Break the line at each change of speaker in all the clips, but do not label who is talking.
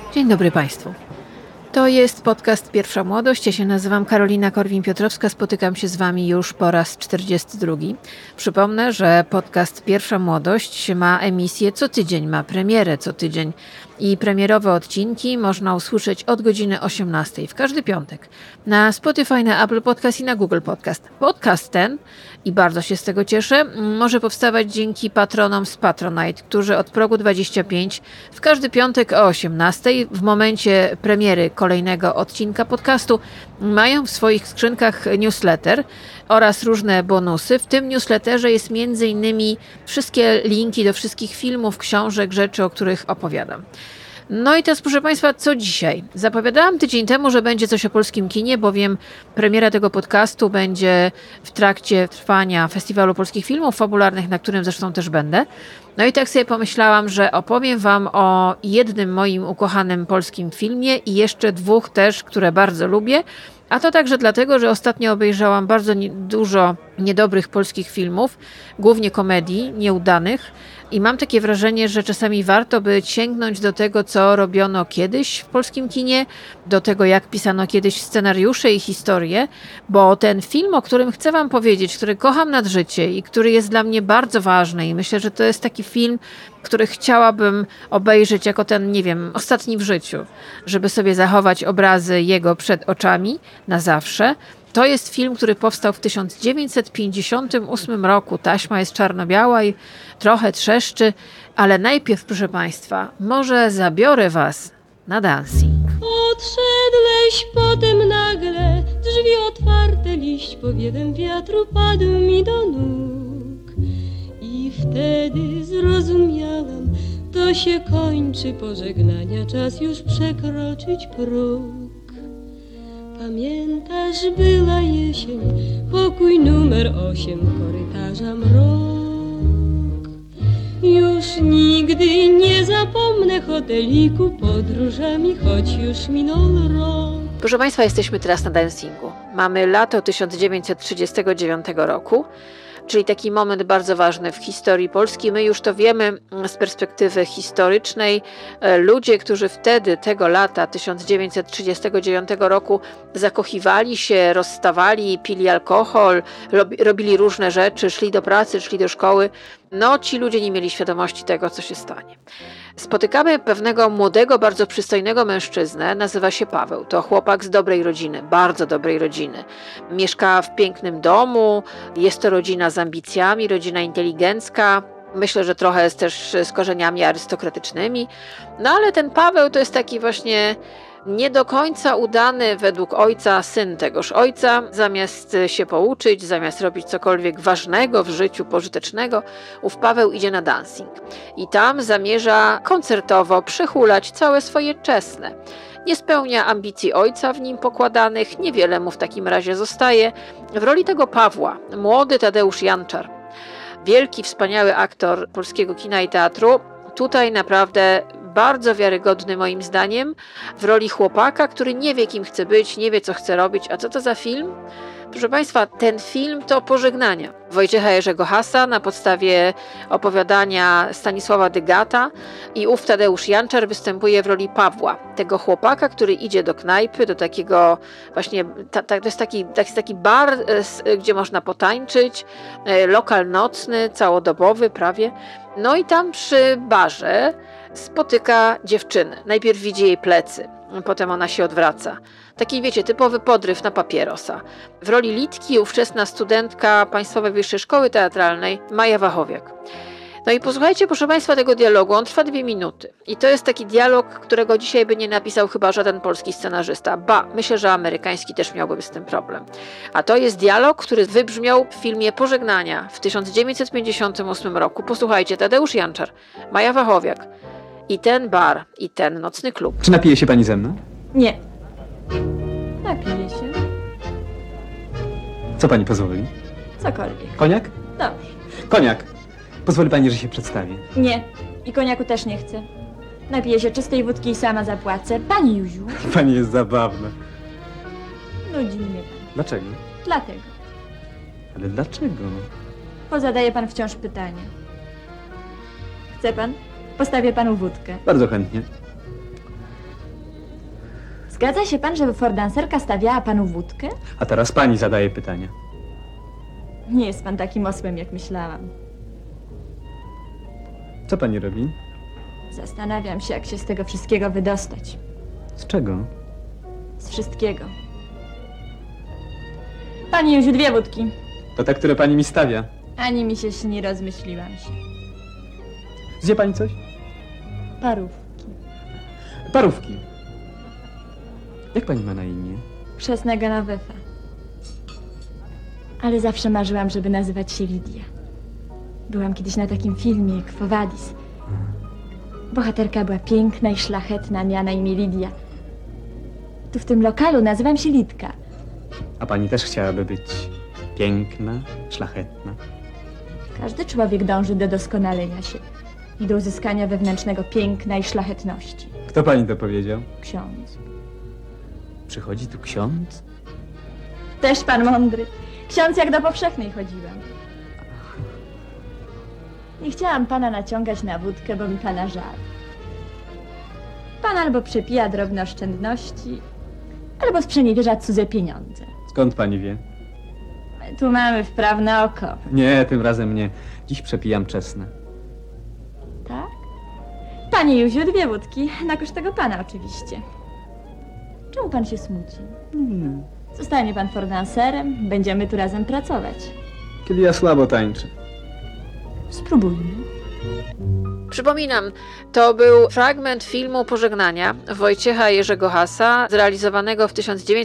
Dzień dobry Państwu. To jest podcast Pierwsza Młodość. Ja się nazywam Karolina Korwin-Piotrowska. Spotykam się z Wami już po raz 42. Przypomnę, że podcast Pierwsza Młodość ma emisję co tydzień, ma premierę co tydzień. I premierowe odcinki można usłyszeć od godziny 18 w każdy piątek na Spotify, na Apple Podcast i na Google Podcast. Podcast ten, i bardzo się z tego cieszę, może powstawać dzięki patronom z Patronite, którzy od progu 25 w każdy piątek o 18 w momencie premiery kolejnego odcinka podcastu mają w swoich skrzynkach newsletter oraz różne bonusy. W tym newsletterze jest m.in. wszystkie linki do wszystkich filmów, książek, rzeczy, o których opowiadam. No i teraz, proszę Państwa, co dzisiaj? Zapowiadałam tydzień temu, że będzie coś o polskim kinie, bowiem premiera tego podcastu będzie w trakcie trwania Festiwalu Polskich Filmów Fabularnych, na którym zresztą też będę. No i tak sobie pomyślałam, że opowiem Wam o jednym moim ukochanym polskim filmie i jeszcze dwóch też, które bardzo lubię. A to także dlatego, że ostatnio obejrzałam bardzo dużo niedobrych polskich filmów, głównie komedii, nieudanych. I mam takie wrażenie, że czasami warto by sięgnąć do tego, co robiono kiedyś w polskim kinie, do tego, jak pisano kiedyś scenariusze i historie, bo ten film, o którym chcę Wam powiedzieć, który kocham nad życie i który jest dla mnie bardzo ważny i myślę, że to jest taki film, który chciałabym obejrzeć jako ten, nie wiem, ostatni w życiu, żeby sobie zachować obrazy jego przed oczami na zawsze. To jest film, który powstał w 1958 roku. Taśma jest czarno-biała i trochę trzeszczy, ale najpierw, proszę Państwa, może zabiorę Was na dancing.
Odszedłeś potem nagle, drzwi otwarte, liść powiewem wiatru padł mi do nóg. I wtedy zrozumiałam, to się kończy pożegnania, czas już przekroczyć próg. Pamiętasz, była jesień, pokój numer 8, korytarza mrok. Już nigdy nie zapomnę hoteliku podróżami, choć już minął rok.
Proszę Państwa, jesteśmy teraz na dancingu. Mamy lato 1939 roku, czyli taki moment bardzo ważny w historii Polski. My już to wiemy z perspektywy historycznej. Ludzie, którzy wtedy, tego lata 1939 roku zakochiwali się, rozstawali, pili alkohol, robili różne rzeczy, szli do pracy, szli do szkoły, no ci ludzie nie mieli świadomości tego, co się stanie. Spotykamy pewnego młodego, bardzo przystojnego mężczyznę, nazywa się Paweł. To chłopak z dobrej rodziny, bardzo dobrej rodziny. Mieszka w pięknym domu, jest to rodzina z ambicjami, rodzina inteligencka. Myślę, że trochę jest też z korzeniami arystokratycznymi. No ale ten Paweł to jest taki właśnie nie do końca udany według ojca syn tegoż ojca. Zamiast się pouczyć, zamiast robić cokolwiek ważnego w życiu, pożytecznego, ów Paweł idzie na dancing. I tam zamierza koncertowo przechulać całe swoje czesne. Nie spełnia ambicji ojca w nim pokładanych, niewiele mu w takim razie zostaje. W roli tego Pawła młody Tadeusz Janczar, wielki, wspaniały aktor polskiego kina i teatru, tutaj naprawdę bardzo wiarygodny moim zdaniem, w roli chłopaka, który nie wie, kim chce być, nie wie, co chce robić. A co to za film? Proszę Państwa, ten film to Pożegnania Wojciecha Jerzego Hasa na podstawie opowiadania Stanisława Dygata i ów Tadeusz Janczar występuje w roli Pawła, tego chłopaka, który idzie do knajpy, do takiego właśnie, to jest taki bar, gdzie można potańczyć, lokal nocny, całodobowy prawie. No i tam przy barze spotyka dziewczynę. Najpierw widzi jej plecy, potem ona się odwraca. Taki, wiecie, typowy podryw na papierosa. W roli Litki ówczesna studentka Państwowej Wyższej Szkoły Teatralnej Maja Wachowiak. No i posłuchajcie, proszę Państwa, tego dialogu. On trwa 2 minuty. I to jest taki dialog, którego dzisiaj by nie napisał chyba żaden polski scenarzysta. Myślę, że amerykański też miałby z tym problem. A to jest dialog, który wybrzmiał w filmie Pożegnania w 1958 roku. Posłuchajcie, Tadeusz Janczar, Maja Wachowiak i ten bar, i ten nocny klub.
Czy napije się pani ze mną?
Nie. Napiję się.
Co pani pozwoli?
Cokolwiek.
Koniak?
Dobrze.
Koniak! Pozwoli pani, że się przedstawię.
Nie. I koniaku też nie chcę. Napiję się czystej wódki i sama zapłacę. Pani Józiu.
Pani jest zabawna.
Nudzi mnie pan.
Dlaczego?
Dlatego.
Ale dlaczego?
Pozadaje pan wciąż pytania. Chce pan? Postawię panu wódkę.
Bardzo chętnie.
Zgadza się pan, żeby fordanserka stawiała panu wódkę?
A teraz pani zadaje pytania.
Nie jest pan takim osłem, jak myślałam.
Co pani robi?
Zastanawiam się, jak się z tego wszystkiego wydostać.
Z czego?
Z wszystkiego. Pani Józiu, 2 wódki.
To te, które pani mi stawia.
Ani mi się śni, rozmyśliłam się.
Zje pani coś?
Parówki.
Parówki. Jak pani ma na imię?
Chrzestna Genoveva. Ale zawsze marzyłam, żeby nazywać się Lidia. Byłam kiedyś na takim filmie, Quo Vadis. Bohaterka była piękna i szlachetna, miała na imię Lidia. Tu w tym lokalu nazywam się Lidka.
A pani też chciałaby być piękna, szlachetna.
Każdy człowiek dąży do doskonalenia się i do uzyskania wewnętrznego piękna i szlachetności.
Kto pani to powiedział?
Ksiądz.
Przychodzi tu ksiądz?
Też pan mądry. Ksiądz, jak do powszechnej chodziłam. Nie chciałam pana naciągać na wódkę, bo mi pana żal. Pan albo przepija drobne oszczędności, albo sprzeniewierza cudze pieniądze.
Skąd pani wie?
My tu mamy wprawne oko.
Nie, tym razem nie. Dziś przepijam czesne.
Tak? Panie Józiu, 2 wódki. Na koszt tego pana oczywiście. Czemu pan się smuci? Zostanie pan fordanserem, będziemy tu razem pracować.
Kiedy ja słabo tańczę.
Spróbujmy.
Przypominam, to był fragment filmu Pożegnania Wojciecha Jerzego Hasa, zrealizowanego w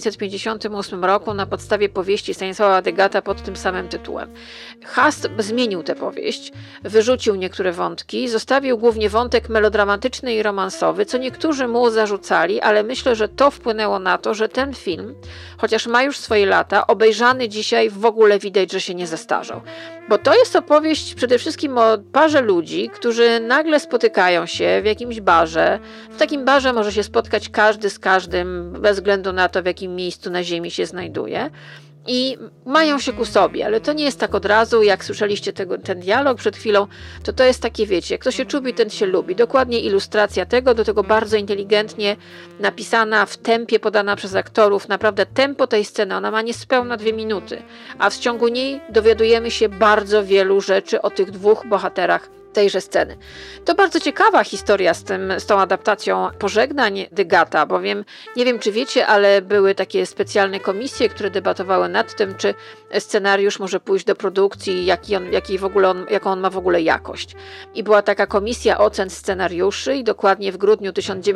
1958 roku na podstawie powieści Stanisława Degata pod tym samym tytułem. Has zmienił tę powieść, wyrzucił niektóre wątki, zostawił głównie wątek melodramatyczny i romansowy, co niektórzy mu zarzucali, ale myślę, że to wpłynęło na to, że ten film, chociaż ma już swoje lata, obejrzany dzisiaj w ogóle widać, że się nie zestarzał. Bo to jest opowieść przede wszystkim o parze ludzi, którzy nagle spotykają się w jakimś barze. W takim barze może się spotkać każdy z każdym, bez względu na to, w jakim miejscu na ziemi się znajduje. I mają się ku sobie, ale to nie jest tak od razu, jak słyszeliście ten dialog przed chwilą, to jest takie, wiecie, kto się czubi, ten się lubi. Dokładnie ilustracja tego, do tego bardzo inteligentnie napisana, w tempie podana przez aktorów. Naprawdę tempo tej sceny, ona ma niespełna 2 minuty, a w ciągu niej dowiadujemy się bardzo wielu rzeczy o tych 2 bohaterach tejże sceny. To bardzo ciekawa historia z tą adaptacją Pożegnań Degata, bowiem nie wiem, czy wiecie, ale były takie specjalne komisje, które debatowały nad tym, czy scenariusz może pójść do produkcji, jaką on ma w ogóle jakość. I była taka komisja ocen scenariuszy i dokładnie w grudniu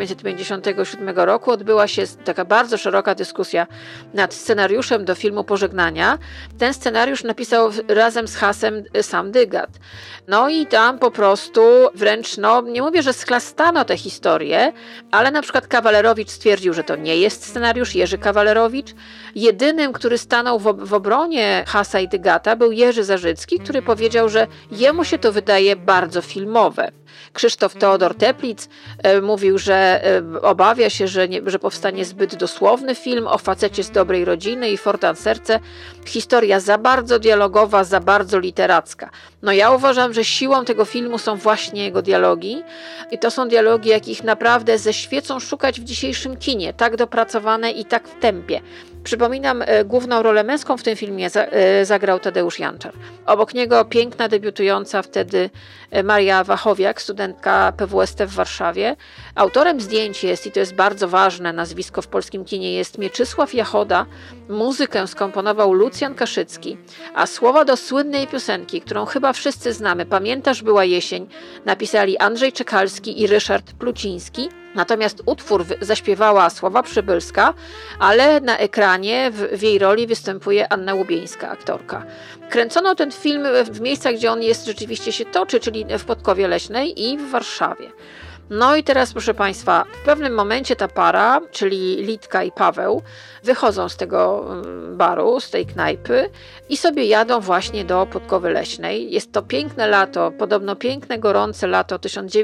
1957 roku odbyła się taka bardzo szeroka dyskusja nad scenariuszem do filmu Pożegnania. Ten scenariusz napisał razem z Hasem sam Degat. No i tam po prostu wręcz, nie mówię, że schlastano tę historię, ale na przykład Kawalerowicz stwierdził, że to nie jest scenariusz, Jerzy Kawalerowicz. Jedynym, który stanął w obronie Hasa i Degata, był Jerzy Zarzycki, który powiedział, że jemu się to wydaje bardzo filmowe. Krzysztof Teodor Teplitz mówił, że obawia się, że powstanie zbyt dosłowny film o facecie z dobrej rodziny i fordanserce. Historia za bardzo dialogowa, za bardzo literacka. Ja uważam, że siłą tego filmu są właśnie jego dialogi i to są dialogi, jakich naprawdę ze świecą szukać w dzisiejszym kinie, tak dopracowane i tak w tempie. Przypominam, główną rolę męską w tym filmie zagrał Tadeusz Janczar. Obok niego piękna, debiutująca wtedy Maria Wachowiak, studentka PWST w Warszawie. Autorem zdjęć jest, i to jest bardzo ważne nazwisko w polskim kinie, jest Mieczysław Jachoda. Muzykę skomponował Lucjan Kaszycki, a słowa do słynnej piosenki, którą chyba wszyscy znamy, Pamiętasz, była jesień, napisali Andrzej Czekalski i Ryszard Pluciński. Natomiast utwór zaśpiewała Sława Przybylska, ale na ekranie w jej roli występuje Anna Łubieńska, aktorka. Kręcono ten film w miejscach, gdzie on rzeczywiście się toczy, czyli w Podkowie Leśnej i w Warszawie. I teraz, proszę Państwa, w pewnym momencie ta para, czyli Lidka i Paweł, wychodzą z tego baru, z tej knajpy i sobie jadą właśnie do Podkowy Leśnej. Jest to piękne lato, podobno piękne, gorące lato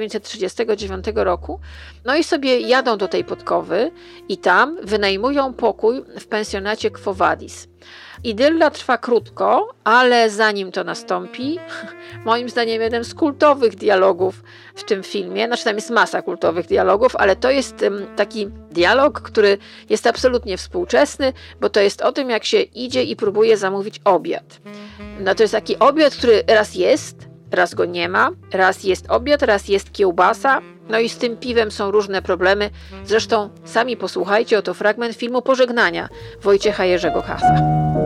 1939 roku. I sobie jadą do tej Podkowy i tam wynajmują pokój w pensjonacie Quo Vadis. Idylla trwa krótko, ale zanim to nastąpi, moim zdaniem jeden z kultowych dialogów w tym filmie, znaczy tam jest masa kultowych dialogów, ale to jest taki dialog, który jest absolutnie współczesny, bo to jest o tym, jak się idzie i próbuje zamówić obiad. No to jest taki obiad, który raz jest, raz go nie ma, raz jest obiad, raz jest kiełbasa, no i z tym piwem są różne problemy. Zresztą sami posłuchajcie, oto fragment filmu Pożegnania Wojciecha Jerzego Hasa.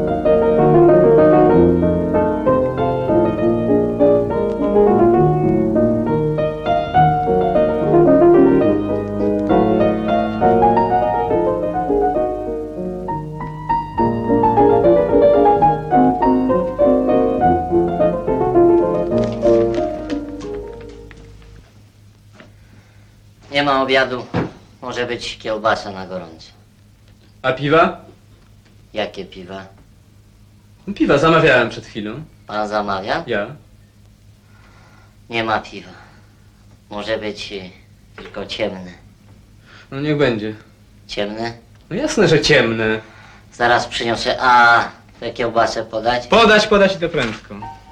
Nie ma obiadu. Może być kiełbasa na gorąco.
A piwa?
Jakie piwa?
Piwa zamawiałem przed chwilą.
Pan zamawia?
Ja?
Nie ma piwa. Może być tylko ciemne.
No niech będzie.
Ciemne?
No jasne, że ciemne.
Zaraz przyniosę. A tę kiełbasę podać?
Podać i to prędko.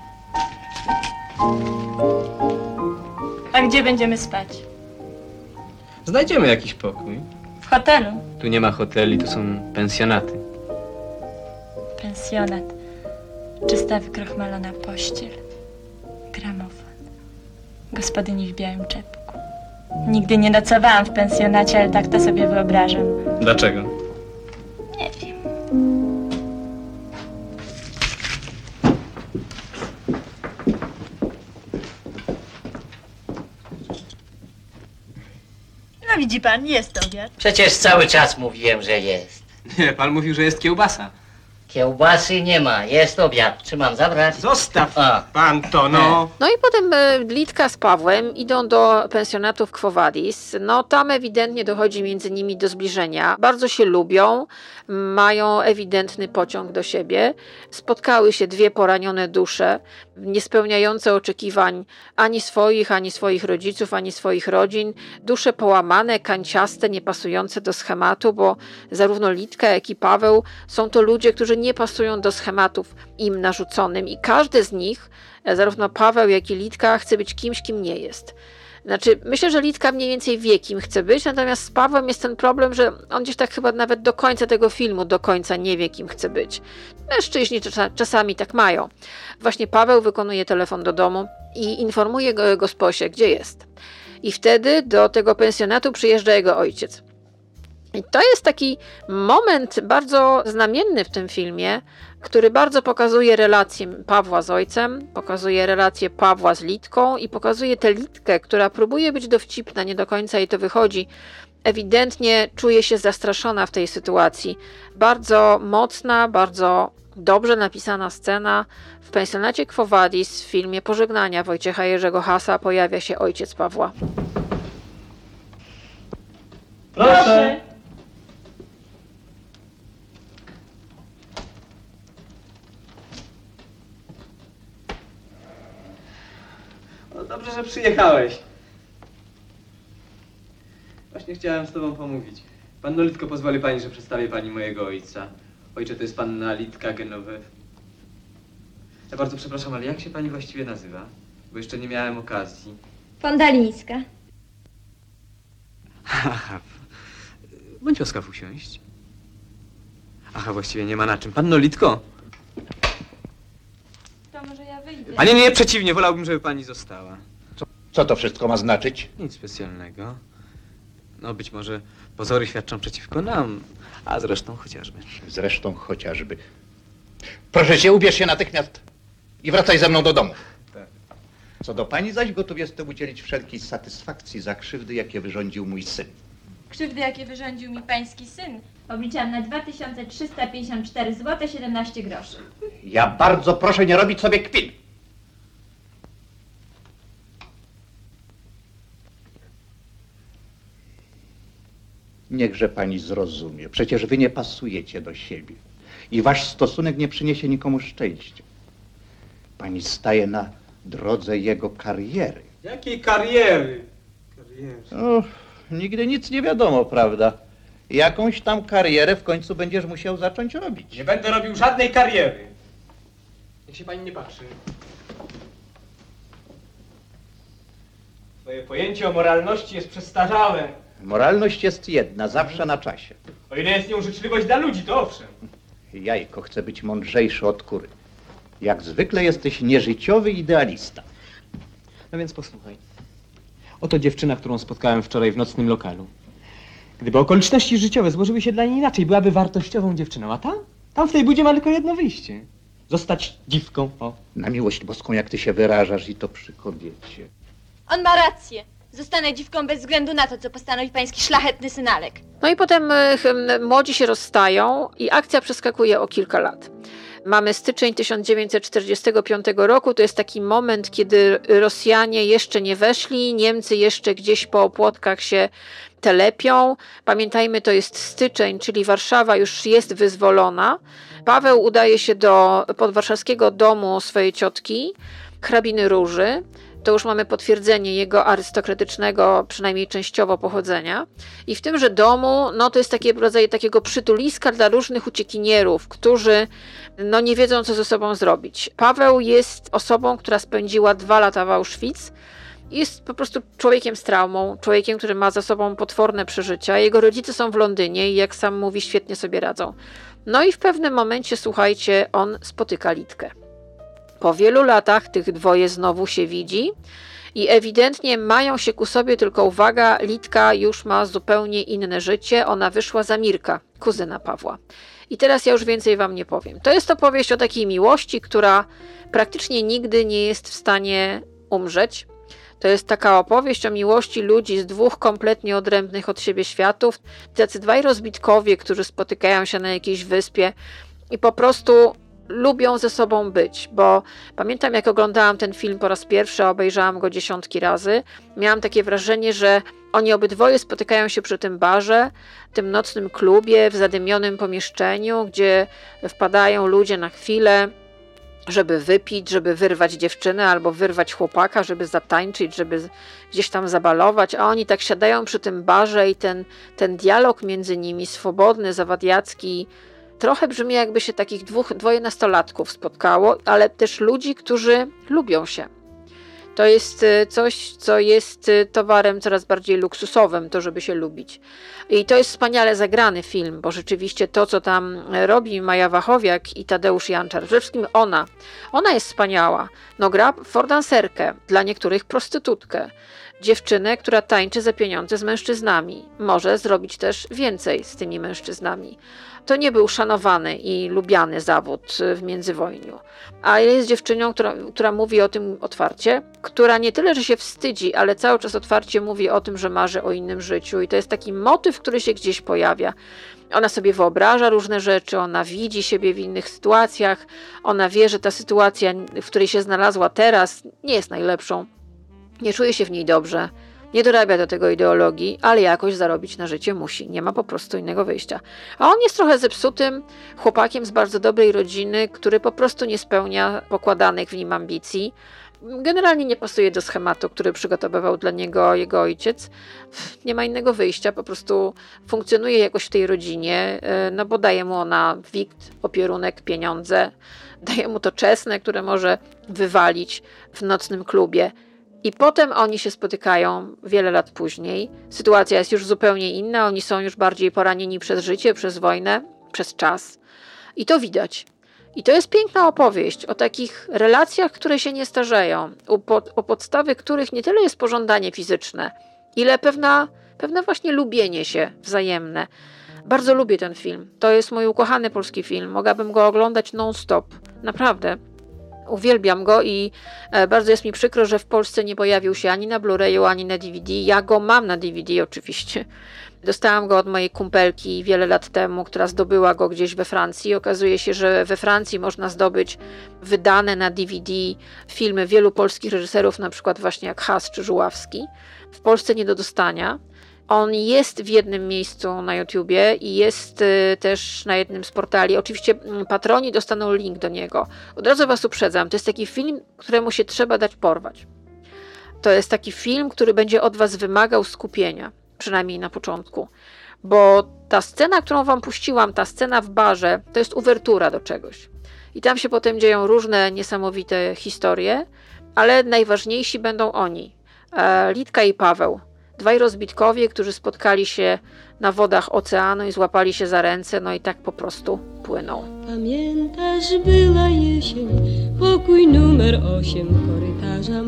A gdzie będziemy spać?
Znajdziemy jakiś pokój.
W hotelu.
Tu nie ma hoteli, tu są pensjonaty.
Pensjonat. Czysta, wykrochmalona pościel. Gramofon. Gospodyni w białym czepku. Nigdy nie nocowałam w pensjonacie, ale tak to sobie wyobrażam.
Dlaczego?
Nie wiem. No widzi pan, jest obiad.
Przecież cały czas mówiłem, że jest.
Nie, pan mówił, że jest kiełbasa.
Kiełbasy nie ma. Jest obiad. Czy mam zabrać?
Zostaw
A.
pan to, no.
No i potem Litka z Pawłem idą do pensjonatu w Quo Vadis. No tam ewidentnie dochodzi między nimi do zbliżenia. Bardzo się lubią, mają ewidentny pociąg do siebie. Spotkały się dwie poranione dusze, niespełniające oczekiwań ani swoich rodziców, ani swoich rodzin. Dusze połamane, kanciaste, niepasujące do schematu, bo zarówno Litka, jak i Paweł są to ludzie, którzy nie pasują do schematów im narzuconym i każdy z nich, zarówno Paweł, jak i Litka, chce być kimś, kim nie jest. Znaczy, myślę, że Litka mniej więcej wie, kim chce być, natomiast z Pawłem jest ten problem, że on gdzieś tak chyba nawet do końca tego filmu do końca nie wie, kim chce być. Mężczyźni czasami tak mają. Właśnie Paweł wykonuje telefon do domu i informuje gosposie, gdzie jest. I wtedy do tego pensjonatu przyjeżdża jego ojciec. I to jest taki moment bardzo znamienny w tym filmie, który bardzo pokazuje relację Pawła z ojcem, pokazuje relację Pawła z Litką i pokazuje tę Litkę, która próbuje być dowcipna, nie do końca jej to wychodzi. Ewidentnie czuje się zastraszona w tej sytuacji. Bardzo mocna, bardzo dobrze napisana scena. W pensjonacie Quo Vadis w filmie Pożegnania Wojciecha Jerzego Hasa pojawia się ojciec Pawła.
Proszę.
No dobrze, że przyjechałeś. Właśnie chciałem z tobą pomówić. Panno Litko, pozwoli pani, że przedstawię pani mojego ojca. Ojcze, to jest panna Litka Genowew. Ja bardzo przepraszam, ale jak się pani właściwie nazywa? Bo jeszcze nie miałem okazji.
Fondalińska.
Aha. Bądź łaskaw usiąść. Aha, właściwie nie ma na czym. Panno Litko?
To może ja wyjdę.
A nie, przeciwnie, wolałbym, żeby pani została.
Co to wszystko ma znaczyć?
Nic specjalnego. No być może pozory świadczą przeciwko nam, a zresztą chociażby.
Zresztą chociażby. Proszę cię, ubierz się natychmiast i wracaj ze mną do domu.
Tak.
Co do pani zaś, gotów jestem udzielić wszelkiej satysfakcji za krzywdy, jakie wyrządził mój syn.
Krzywdy, jakie wyrządził mi pański syn, obliczam na 2354 zł 17 groszy.
Ja bardzo proszę nie robić sobie kpin. Niechże pani zrozumie. Przecież wy nie pasujecie do siebie. I wasz stosunek nie przyniesie nikomu szczęścia. Pani staje na drodze jego kariery.
Jakiej kariery?
O, nigdy nic nie wiadomo, prawda? Jakąś tam karierę w końcu będziesz musiał zacząć robić.
Nie będę robił żadnej kariery. Niech się pani nie patrzy. Twoje pojęcie o moralności jest przestarzałe.
Moralność jest jedna, zawsze na czasie.
O ile jest nią życzliwość dla ludzi, to owszem.
Jajko chce być mądrzejszy od kury. Jak zwykle jesteś nieżyciowy idealista.
No więc posłuchaj. Oto dziewczyna, którą spotkałem wczoraj w nocnym lokalu. Gdyby okoliczności życiowe złożyły się dla niej inaczej, byłaby wartościową dziewczyną, a tam w tej budzie ma tylko jedno wyjście. Zostać dziwką, o.
Na miłość boską, jak ty się wyrażasz i to przy kobiecie.
On ma rację. Zostanę dziwką bez względu na to, co postanowi pański szlachetny synalek.
No i potem młodzi się rozstają i akcja przeskakuje o kilka lat. Mamy styczeń 1945 roku, to jest taki moment, kiedy Rosjanie jeszcze nie weszli, Niemcy jeszcze gdzieś po opłotkach się telepią. Pamiętajmy, to jest styczeń, czyli Warszawa już jest wyzwolona. Paweł udaje się do podwarszawskiego domu swojej ciotki, hrabiny Róży. To już mamy potwierdzenie jego arystokratycznego, przynajmniej częściowo, pochodzenia. I w tymże domu, no to jest taki rodzaj takiego przytuliska dla różnych uciekinierów, którzy no nie wiedzą, co ze sobą zrobić. Paweł jest osobą, która spędziła 2 lata w Auschwitz. Jest po prostu człowiekiem z traumą, człowiekiem, który ma za sobą potworne przeżycia. Jego rodzice są w Londynie i jak sam mówi, świetnie sobie radzą. No i w pewnym momencie, słuchajcie, on spotyka Litkę. Po wielu latach tych dwoje znowu się widzi i ewidentnie mają się ku sobie, tylko uwaga, Litka już ma zupełnie inne życie, ona wyszła za Mirka, kuzyna Pawła. I teraz ja już więcej wam nie powiem. To jest opowieść o takiej miłości, która praktycznie nigdy nie jest w stanie umrzeć. To jest taka opowieść o miłości ludzi z 2 kompletnie odrębnych od siebie światów. Tacy 2 rozbitkowie, którzy spotykają się na jakiejś wyspie i po prostu lubią ze sobą być, bo pamiętam, jak oglądałam ten film po raz pierwszy, obejrzałam go dziesiątki razy, miałam takie wrażenie, że oni obydwoje spotykają się przy tym barze, tym nocnym klubie, w zadymionym pomieszczeniu, gdzie wpadają ludzie na chwilę, żeby wypić, żeby wyrwać dziewczynę albo wyrwać chłopaka, żeby zatańczyć, żeby gdzieś tam zabalować, a oni tak siadają przy tym barze i ten dialog między nimi, swobodny, zawadiacki, trochę brzmi, jakby się takich 2 nastolatków spotkało, ale też ludzi, którzy lubią się. To jest coś, co jest towarem coraz bardziej luksusowym, to żeby się lubić. I to jest wspaniale zagrany film, bo rzeczywiście to, co tam robi Maja Wachowiak i Tadeusz Janczar, przede wszystkim ona jest wspaniała. No gra fordancerkę, dla niektórych prostytutkę, dziewczynę, która tańczy za pieniądze z mężczyznami. Może zrobić też więcej z tymi mężczyznami. To nie był szanowany i lubiany zawód w międzywojniu. A jest dziewczyną, która mówi o tym otwarcie, która nie tyle, że się wstydzi, ale cały czas otwarcie mówi o tym, że marzy o innym życiu. I to jest taki motyw, który się gdzieś pojawia. Ona sobie wyobraża różne rzeczy, ona widzi siebie w innych sytuacjach, ona wie, że ta sytuacja, w której się znalazła teraz, nie jest najlepszą. Nie czuje się w niej dobrze. Nie dorabia do tego ideologii, ale jakoś zarobić na życie musi. Nie ma po prostu innego wyjścia. A on jest trochę zepsutym chłopakiem z bardzo dobrej rodziny, który po prostu nie spełnia pokładanych w nim ambicji. Generalnie nie pasuje do schematu, który przygotowywał dla niego jego ojciec. Nie ma innego wyjścia, po prostu funkcjonuje jakoś w tej rodzinie, no bo daje mu ona wikt, opierunek, pieniądze. Daje mu to czesne, które może wywalić w nocnym klubie. I potem oni się spotykają wiele lat później. Sytuacja jest już zupełnie inna, oni są już bardziej poranieni przez życie, przez wojnę, przez czas. I to widać. I to jest piękna opowieść o takich relacjach, które się nie starzeją, o podstawie których nie tyle jest pożądanie fizyczne, ile pewne właśnie lubienie się wzajemne. Bardzo lubię ten film. To jest mój ukochany polski film. Mogłabym go oglądać non-stop. Naprawdę. Uwielbiam go i bardzo jest mi przykro, że w Polsce nie pojawił się ani na Blu-rayu, ani na DVD. Ja go mam na DVD oczywiście. Dostałam go od mojej kumpelki wiele lat temu, która zdobyła go gdzieś we Francji. Okazuje się, że we Francji można zdobyć wydane na DVD filmy wielu polskich reżyserów, na przykład właśnie jak Has czy Żuławski. W Polsce nie do dostania. On jest w jednym miejscu na YouTubie i jest też na jednym z portali. Oczywiście patroni dostaną link do niego. Od razu was uprzedzam, to jest taki film, któremu się trzeba dać porwać. To jest taki film, który będzie od was wymagał skupienia, przynajmniej na początku. bo ta scena, którą wam puściłam, ta scena w barze, to jest uwertura do czegoś. I tam się potem dzieją różne niesamowite historie, ale najważniejsi będą oni. Litka i Paweł. Dwaj rozbitkowie, którzy spotkali się na wodach oceanu i złapali się za ręce, no i tak po prostu płyną.
Pamiętasz, była jesień, pokój numer 8, korytarza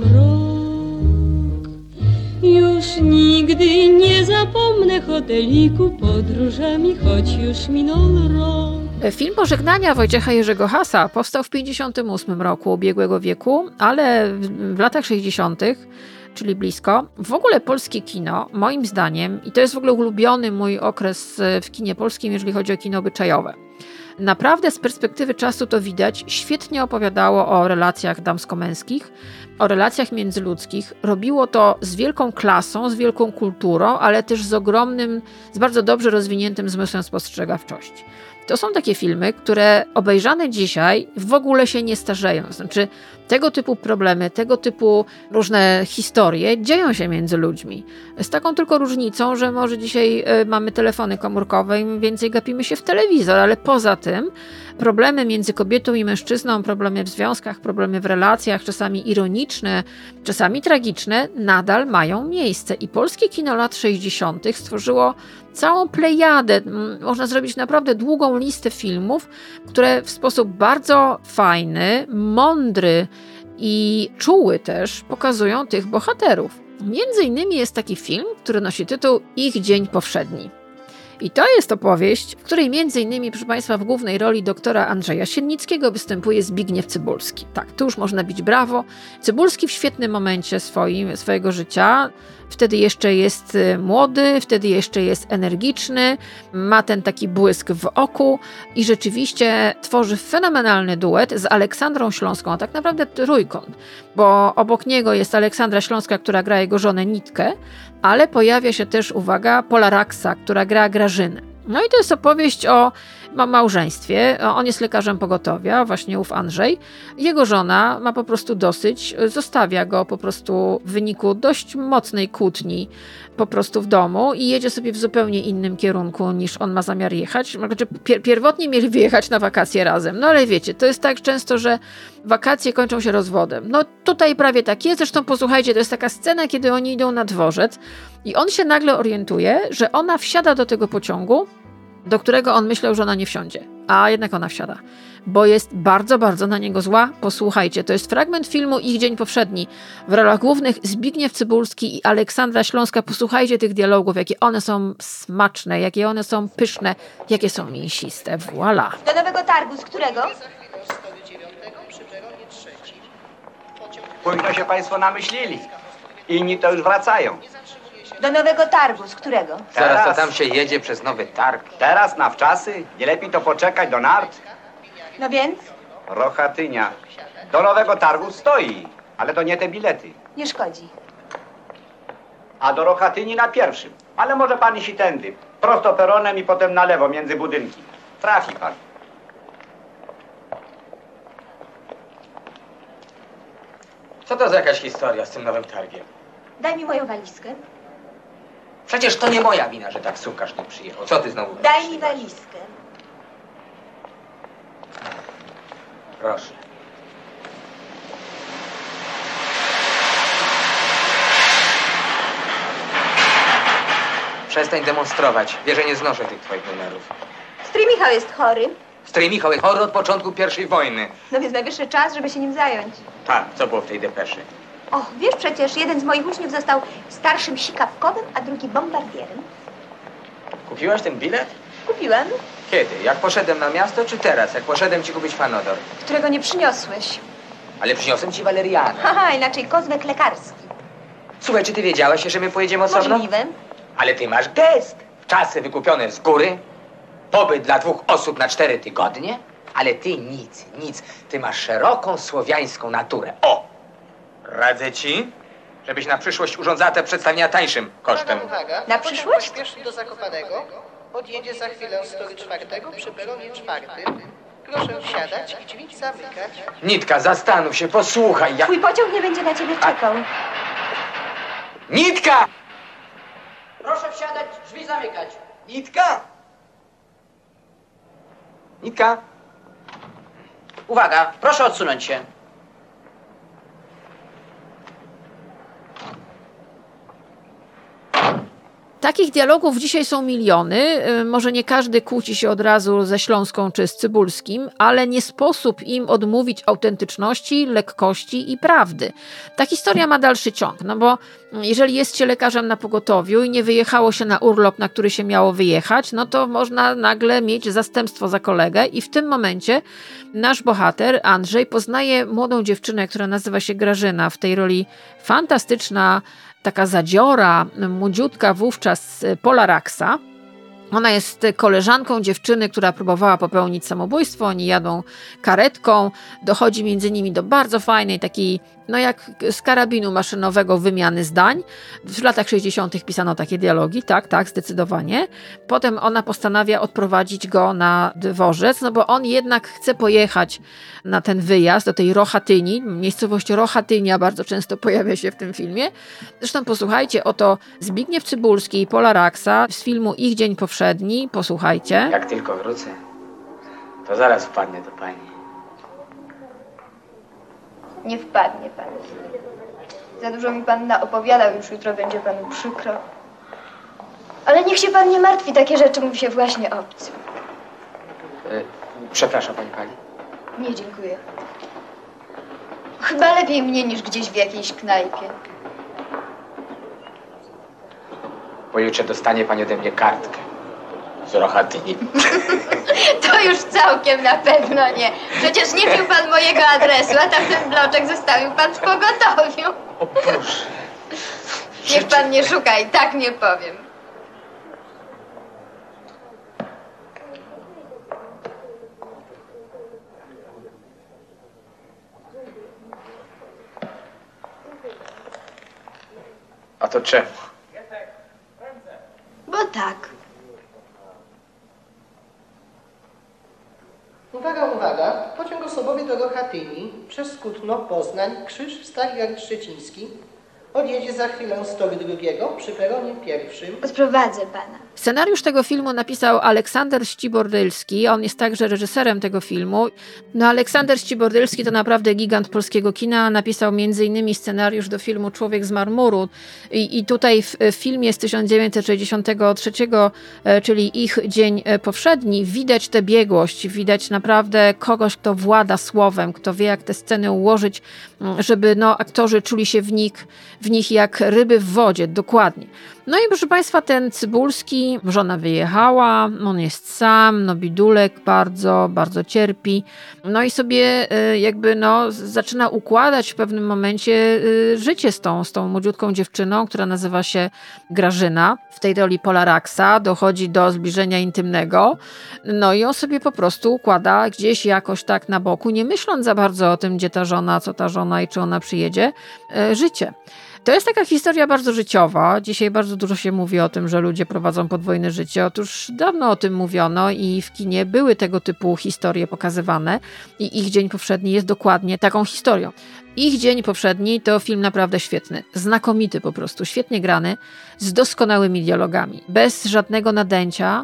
mrok. Już nigdy nie zapomnę hoteliku podróżami, choć już minął rok.
Film Pożegnania Wojciecha Jerzego Hasa powstał w 1958 roku ubiegłego wieku, ale w latach 60., czyli blisko. W ogóle polskie kino, moim zdaniem, i to jest w ogóle ulubiony mój okres w kinie polskim, jeżeli chodzi o kino obyczajowe. Naprawdę z perspektywy czasu to widać, świetnie opowiadało o relacjach damsko-męskich, o relacjach międzyludzkich. Robiło to z wielką klasą, z wielką kulturą, ale też z bardzo dobrze rozwiniętym zmysłem spostrzegawczości. To są takie filmy, które obejrzane dzisiaj w ogóle się nie starzeją. Znaczy, tego typu problemy, tego typu różne historie dzieją się między ludźmi. Z taką tylko różnicą, że może dzisiaj mamy telefony komórkowe i więcej gapimy się w telewizor, ale poza tym problemy między kobietą i mężczyzną, problemy w związkach, problemy w relacjach, czasami ironiczne, czasami tragiczne, nadal mają miejsce. I polskie kino lat 60. stworzyło całą plejadę, można zrobić naprawdę długą listę filmów, które w sposób bardzo fajny, mądry i czuły też pokazują tych bohaterów. Między innymi jest taki film, który nosi tytuł Ich dzień powszedni. I to jest opowieść, w której między innymi, proszę Państwa, w głównej roli doktora Andrzeja Siennickiego występuje Zbigniew Cybulski. Tak, tu już można bić brawo. Cybulski w świetnym momencie swojego życia. Wtedy jeszcze jest młody, wtedy jeszcze jest energiczny, ma ten taki błysk w oku i rzeczywiście tworzy fenomenalny duet z Aleksandrą Śląską, a tak naprawdę trójkąt, bo obok niego jest Aleksandra Śląska, która gra jego żonę Nitkę, ale pojawia się też, uwaga, Pola Raksa, która gra Grażynę. No i to jest opowieść o małżeństwie. On jest lekarzem pogotowia, właśnie ów Andrzej. Jego żona ma po prostu dosyć, zostawia go po prostu w wyniku dość mocnej kłótni po prostu w domu i jedzie sobie w zupełnie innym kierunku niż on ma zamiar jechać. Znaczy, pierwotnie mieli wyjechać na wakacje razem, no ale wiecie, to jest tak często, że wakacje kończą się rozwodem. No tutaj prawie tak jest, zresztą posłuchajcie, to jest taka scena, kiedy oni idą na dworzec i on się nagle orientuje, że ona wsiada do tego pociągu, do którego on myślał, że ona nie wsiądzie, a jednak ona wsiada, bo jest bardzo, bardzo na niego zła. Posłuchajcie, to jest fragment filmu Ich dzień powszedni. W rolach głównych Zbigniew Cybulski i Aleksandra Śląska. Posłuchajcie tych dialogów, jakie one są smaczne, jakie one są pyszne, jakie są mięsiste. Voilà.
Do Nowego Targu, z którego?
Późno się państwo namyślili. Inni to już wracają.
Do Nowego Targu, z którego?
Zaraz
to tam się jedzie przez Nowy Targ.
Teraz na wczasy? Nie lepiej to poczekać do nart?
No więc?
Rochatynia. Do Nowego Targu stoi, ale to nie te bilety.
Nie szkodzi.
A do Rochatyni na pierwszym. Ale może pan iść i tędy. Prosto peronem i potem na lewo, między budynki. Trafi pan.
Co to za jakaś historia z tym Nowym Targiem?
Daj mi moją walizkę.
Przecież to nie moja wina, że taksówkarz nie przyjechał. Co ty znowu
Daj
robisz?
mi walizkę.
Proszę. Przestań demonstrować. Wiesz, że nie znoszę tych twoich numerów.
Stryj Michał jest chory.
Stryj Michał jest chory od początku I wojny.
No więc najwyższy czas, żeby się nim zająć.
Tak, co było w tej depeszy?
O, wiesz przecież, jeden z moich uczniów został starszym sikawkowym, a drugi bombardierem.
Kupiłaś ten bilet?
Kupiłem,
Kiedy? Jak poszedłem na miasto, czy teraz? Jak poszedłem ci kupić Fanodor?
którego nie przyniosłeś.
Ale przyniosłem ci walerianę.
Haha, inaczej kozłek lekarski.
Słuchaj, czy ty wiedziałaś, że my pojedziemy osobno?
Możliwe.
Ale ty masz gest. Czasy wykupione z góry. Pobyt dla 2 osób na 4 tygodnie. Ale ty nic. Ty masz szeroką słowiańską naturę. O! Radzę ci, żebyś na przyszłość urządzała te przedstawienia tańszym kosztem.
Uwaga,
Na przyszłość?
Pośpieszny do Zakopanego. Odjedzie za chwilę z toru 4 przy peronie 4. Proszę wsiadać i drzwi zamykać.
Nitka, zastanów się, posłuchaj.
Twój pociąg nie będzie na ciebie czekał.
Nitka!
Proszę wsiadać, drzwi zamykać.
Nitka! Nitka!
Uwaga, proszę odsunąć się.
Takich dialogów dzisiaj są miliony. Może nie każdy kłóci się od razu ze Śląską czy z Cybulskim, ale nie sposób im odmówić autentyczności, lekkości i prawdy. Ta historia ma dalszy ciąg, no bo jeżeli jest się lekarzem na pogotowiu i nie wyjechało się na urlop, na który się miało wyjechać, no to można nagle mieć zastępstwo za kolegę i w tym momencie nasz bohater, Andrzej, poznaje młodą dziewczynę, która nazywa się Grażyna, w tej roli fantastyczna, taka zadziora, młodziutka wówczas Pola Raksa. Ona jest koleżanką dziewczyny, która próbowała popełnić samobójstwo. Oni jadą karetką. Dochodzi między nimi do bardzo fajnej takiej, no jak z karabinu maszynowego, wymiany zdań. W latach 60. pisano takie dialogi, tak, zdecydowanie. Potem ona postanawia odprowadzić go na dworzec, no bo on jednak chce pojechać na ten wyjazd do tej Rochatyni. Miejscowość Rochatynia bardzo często pojawia się w tym filmie. Zresztą posłuchajcie, oto Zbigniew Cybulski i Pola Raksa z filmu Ich dzień powszedni. Posłuchajcie.
Jak tylko wrócę, to zaraz wpadnę do pani.
Nie wpadnie pan. Za dużo mi pan naopowiadał, już jutro będzie panu przykro. Ale niech się pan nie martwi, takie rzeczy mówi się właśnie obcym.
Przepraszam, pani Pali.
Nie, dziękuję. Chyba lepiej mnie niż gdzieś w jakiejś knajpie.
Pojutrze dostanie pani ode mnie kartkę z Rochatyni.
To już całkiem na pewno nie. Przecież nie pił pan mojego adresu, a tamten bloczek zostawił pan w pogotowiu.
O Boże.
Niech pan nie szuka i tak nie powiem.
A to czemu?
Bo tak.
Uwaga, uwaga. Pociąg osobowy do Rochatyni przez Kutno, Poznań, Krzyż, Stargard Szczeciński odjedzie za chwilę z toru drugiego przy peronie pierwszym.
Odprowadzę pana.
Scenariusz tego filmu napisał Aleksander Ścibordylski. On jest także reżyserem tego filmu. No, Aleksander Ścibordylski to naprawdę gigant polskiego kina. Napisał m.in. scenariusz do filmu Człowiek z marmuru. I tutaj w filmie z 1963, czyli Ich dzień powszedni, widać tę biegłość. Widać naprawdę kogoś, kto włada słowem, kto wie, jak te sceny ułożyć, żeby aktorzy czuli się w nich jak ryby w wodzie, dokładnie. No i proszę Państwa, ten Cybulski, żona wyjechała, on jest sam, bidulek, bardzo, bardzo cierpi. No i sobie zaczyna układać w pewnym momencie życie z tą młodziutką dziewczyną, która nazywa się Grażyna. W tej roli Pola Raksa dochodzi do zbliżenia intymnego. No i on sobie po prostu układa gdzieś jakoś tak na boku, nie myśląc za bardzo o tym, gdzie ta żona, co ta żona i czy ona przyjedzie, życie. To jest taka historia bardzo życiowa. Dzisiaj bardzo dużo się mówi o tym, że ludzie prowadzą podwójne życie. Otóż dawno o tym mówiono i w kinie były tego typu historie pokazywane i Ich dzień powszedni jest dokładnie taką historią. Ich dzień powszedni to film naprawdę świetny, znakomity po prostu, świetnie grany, z doskonałymi dialogami, bez żadnego nadęcia,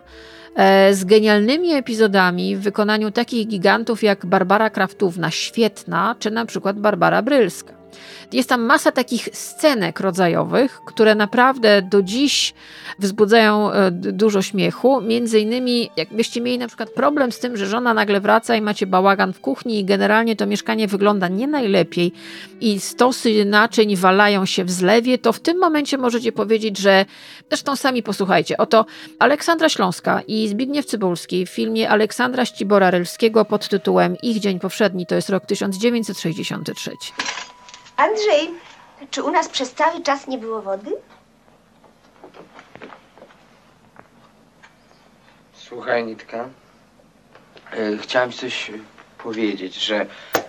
z genialnymi epizodami w wykonaniu takich gigantów jak Barbara Kraftówna, świetna, czy na przykład Barbara Brylska. Jest tam masa takich scenek rodzajowych, które naprawdę do dziś wzbudzają dużo śmiechu. Między innymi, jakbyście mieli na przykład problem z tym, że żona nagle wraca i macie bałagan w kuchni i generalnie to mieszkanie wygląda nie najlepiej i stosy naczyń walają się w zlewie, to w tym momencie możecie powiedzieć, że zresztą sami posłuchajcie. Oto Aleksandra Śląska i Zbigniew Cybulski w filmie Aleksandra Ścibora-Rylskiego pod tytułem Ich dzień powszedni, to jest rok 1963.
Andrzej, czy u nas przez cały czas nie było wody?
Słuchaj, Nitka, chciałem ci coś powiedzieć, że...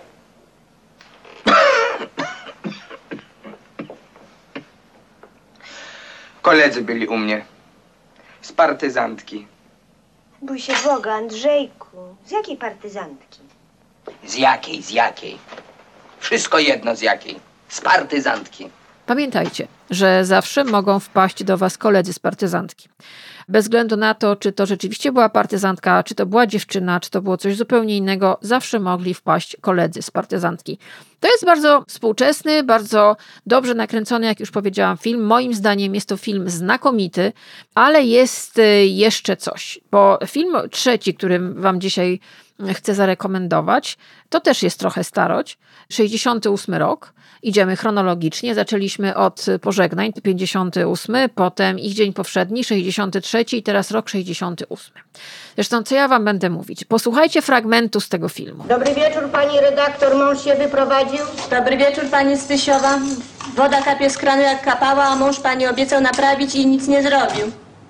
Koledzy byli u mnie, z partyzantki.
Bój się Boga, Andrzejku. Z jakiej partyzantki?
Z jakiej? Wszystko jedno z jakiej. Z partyzantki.
Pamiętajcie, że zawsze mogą wpaść do was koledzy z partyzantki. Bez względu na to, czy to rzeczywiście była partyzantka, czy to była dziewczyna, czy to było coś zupełnie innego, zawsze mogli wpaść koledzy z partyzantki. To jest bardzo współczesny, bardzo dobrze nakręcony, jak już powiedziałam, film. Moim zdaniem jest to film znakomity, ale jest jeszcze coś. Bo film trzeci, który wam dzisiaj chcę zarekomendować, to też jest trochę starość. 68 rok. Idziemy chronologicznie. Zaczęliśmy od pożegnań, 58, potem ich dzień powszedni, 63 i teraz rok 68. Zresztą, co ja wam będę mówić? Posłuchajcie fragmentu z tego filmu.
Dobry wieczór, pani redaktor. Mąż się wyprowadził.
Dobry wieczór, pani Stysiowa. Woda kapie z kranu jak kapała, a mąż pani obiecał naprawić i nic nie zrobił.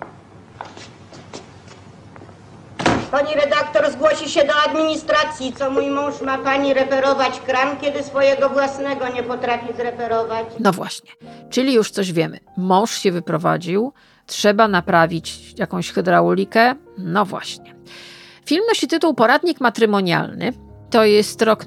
Pani redaktor zgłosi się do administracji, co mój mąż ma pani reperować kran, kiedy swojego własnego nie potrafi zreperować.
No właśnie, czyli już coś wiemy. Mąż się wyprowadził, trzeba naprawić jakąś hydraulikę. No właśnie. Film nosi tytuł Poradnik matrymonialny. To jest rok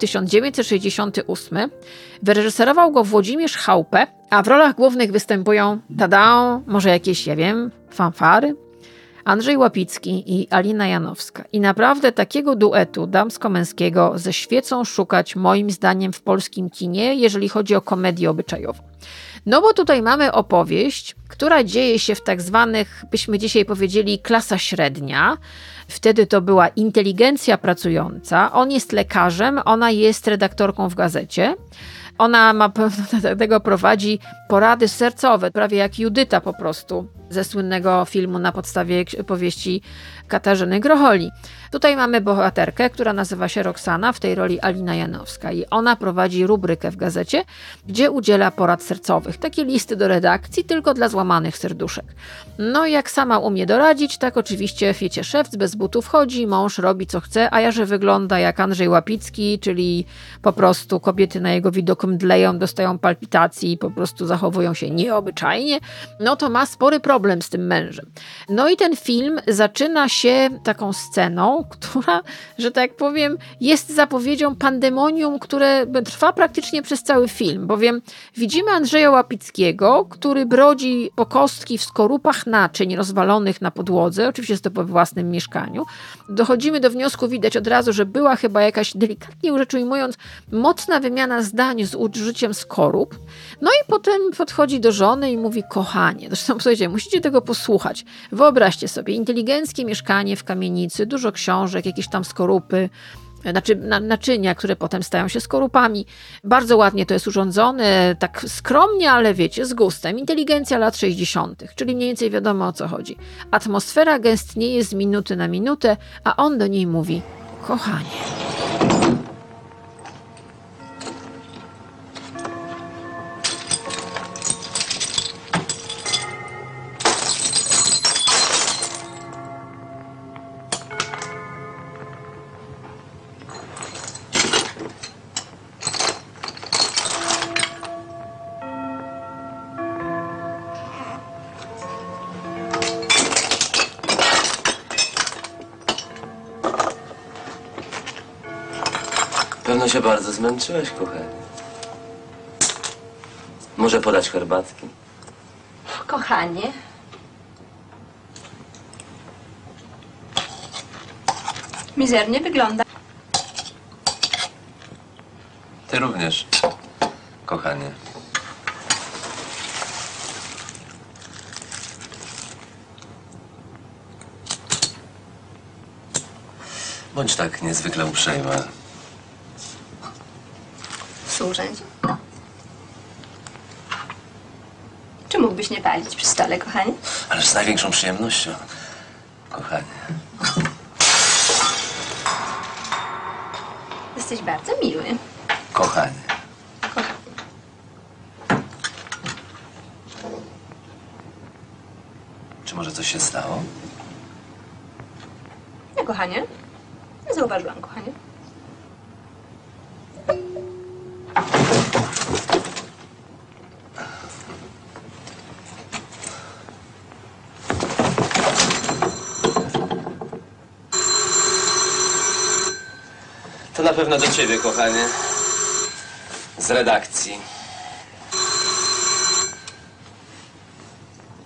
1968. Wyreżyserował go Włodzimierz Chałupę, a w rolach głównych występują, może jakieś, ja wiem, fanfary? Andrzej Łapicki i Alina Janowska. I naprawdę takiego duetu damsko-męskiego ze świecą szukać moim zdaniem w polskim kinie, jeżeli chodzi o komedię obyczajową. No bo tutaj mamy opowieść, która dzieje się w tak zwanych, byśmy dzisiaj powiedzieli, klasa średnia. Wtedy to była inteligencja pracująca. On jest lekarzem, ona jest redaktorką w gazecie. Ona tego prowadzi porady sercowe, prawie jak Judyta po prostu, ze słynnego filmu na podstawie powieści Katarzyny Grocholi. Tutaj mamy bohaterkę, która nazywa się Roxana, w tej roli Alina Janowska i ona prowadzi rubrykę w gazecie, gdzie udziela porad sercowych. Takie listy do redakcji, tylko dla złamanych serduszek. No i jak sama umie doradzić, tak oczywiście, wiecie, szewc bez butów chodzi, mąż robi co chce, a ja, że wygląda jak Andrzej Łapicki, czyli po prostu kobiety na jego widok mdleją, dostają palpitacji i po prostu zachowują się nieobyczajnie, no to ma spory problem z tym mężem. No i ten film zaczyna się taką sceną, która, że tak powiem, jest zapowiedzią pandemonium, które trwa praktycznie przez cały film, bowiem widzimy Andrzeja Łapickiego, który brodzi po kostki w skorupach naczyń rozwalonych na podłodze, oczywiście jest to po własnym mieszkaniu. Dochodzimy do wniosku, widać od razu, że była chyba jakaś, delikatnie rzecz ujmując, mocna wymiana zdań z użyciem skorup. No i potem podchodzi do żony i mówi: kochanie, zresztą słuchajcie, musicie tego posłuchać. Wyobraźcie sobie, inteligenckie mieszkanie w kamienicy, dużo książek, jakieś tam skorupy, naczynia, które potem stają się skorupami. Bardzo ładnie to jest urządzone, tak skromnie, ale wiecie, z gustem. Inteligencja lat 60., czyli mniej więcej wiadomo, o co chodzi. Atmosfera gęstnieje z minuty na minutę, a on do niej mówi: kochanie.
Pewno się bardzo zmęczyłeś, kochanie. Może podać herbatki?
Kochanie. Mizernie wygląda.
Ty również, kochanie. Bądź tak niezwykle uprzejma.
Służę ci. Czy mógłbyś nie palić przy stole, kochanie?
Ależ z największą przyjemnością, kochanie.
Jesteś bardzo miły.
Kochanie. Czy może coś się stało?
Nie, kochanie. Nie zauważyłam, kochanie.
To na pewno do ciebie, kochanie. Z redakcji.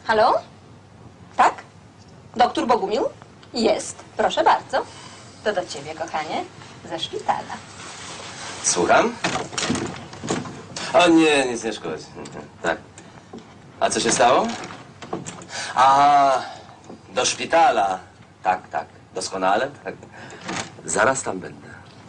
Halo? Tak? Doktor Bogumił? Jest. Proszę bardzo. To do ciebie, kochanie. Ze szpitala.
Słucham? O nie, nic nie szkodzi. Tak. A co się stało? A, do szpitala. Tak, tak. Doskonale. Tak. Zaraz tam będę.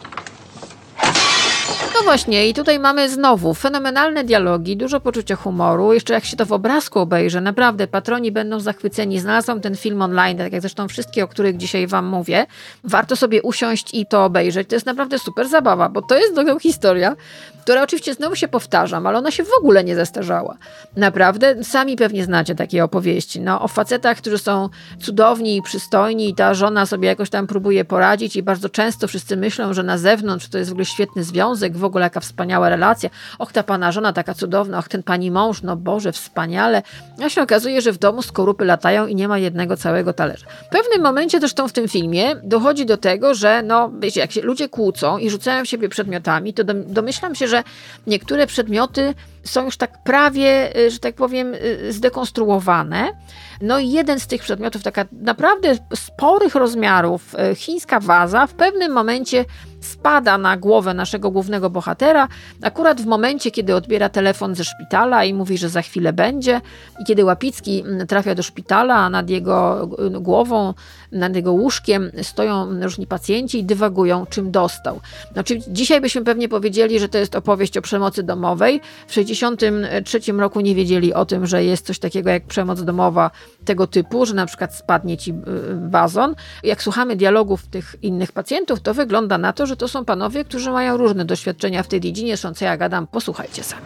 No właśnie, i tutaj mamy znowu fenomenalne dialogi, dużo poczucia humoru. Jeszcze jak się to w obrazku obejrzy, naprawdę patroni będą zachwyceni. Znalazłam ten film online, tak jak zresztą wszystkie, o których dzisiaj wam mówię. Warto sobie usiąść i to obejrzeć. To jest naprawdę super zabawa, bo to jest historia, która oczywiście znowu się powtarzam, ale ona się w ogóle nie zestarzała. Naprawdę, sami pewnie znacie takie opowieści. No, o facetach, którzy są cudowni i przystojni i ta żona sobie jakoś tam próbuje poradzić i bardzo często wszyscy myślą, że na zewnątrz to jest w ogóle świetny związek, w ogóle jaka wspaniała relacja. Och, ta pana żona taka cudowna, och, ten pani mąż, no Boże, wspaniale. A się okazuje, że w domu skorupy latają i nie ma jednego całego talerza. W pewnym momencie zresztą w tym filmie dochodzi do tego, że no, wiecie, jak się ludzie kłócą i rzucają w siebie przedmiotami, to domyślam się, że niektóre przedmioty są już tak prawie, że tak powiem, zdekonstruowane. No i jeden z tych przedmiotów, taka naprawdę sporych rozmiarów, chińska waza, w pewnym momencie spada na głowę naszego głównego bohatera, akurat w momencie, kiedy odbiera telefon ze szpitala i mówi, że za chwilę będzie. I kiedy Łapicki trafia do szpitala, a nad jego głową, nad jego łóżkiem stoją różni pacjenci i dywagują, czym dostał. Znaczy, dzisiaj byśmy pewnie powiedzieli, że to jest opowieść o przemocy domowej. W 1963 roku nie wiedzieli o tym, że jest coś takiego jak przemoc domowa tego typu, że na przykład spadnie ci wazon. Jak słuchamy dialogów tych innych pacjentów, to wygląda na to, że to są panowie, którzy mają różne doświadczenia w tej dziedzinie. Zresztą co ja gadam, posłuchajcie sami.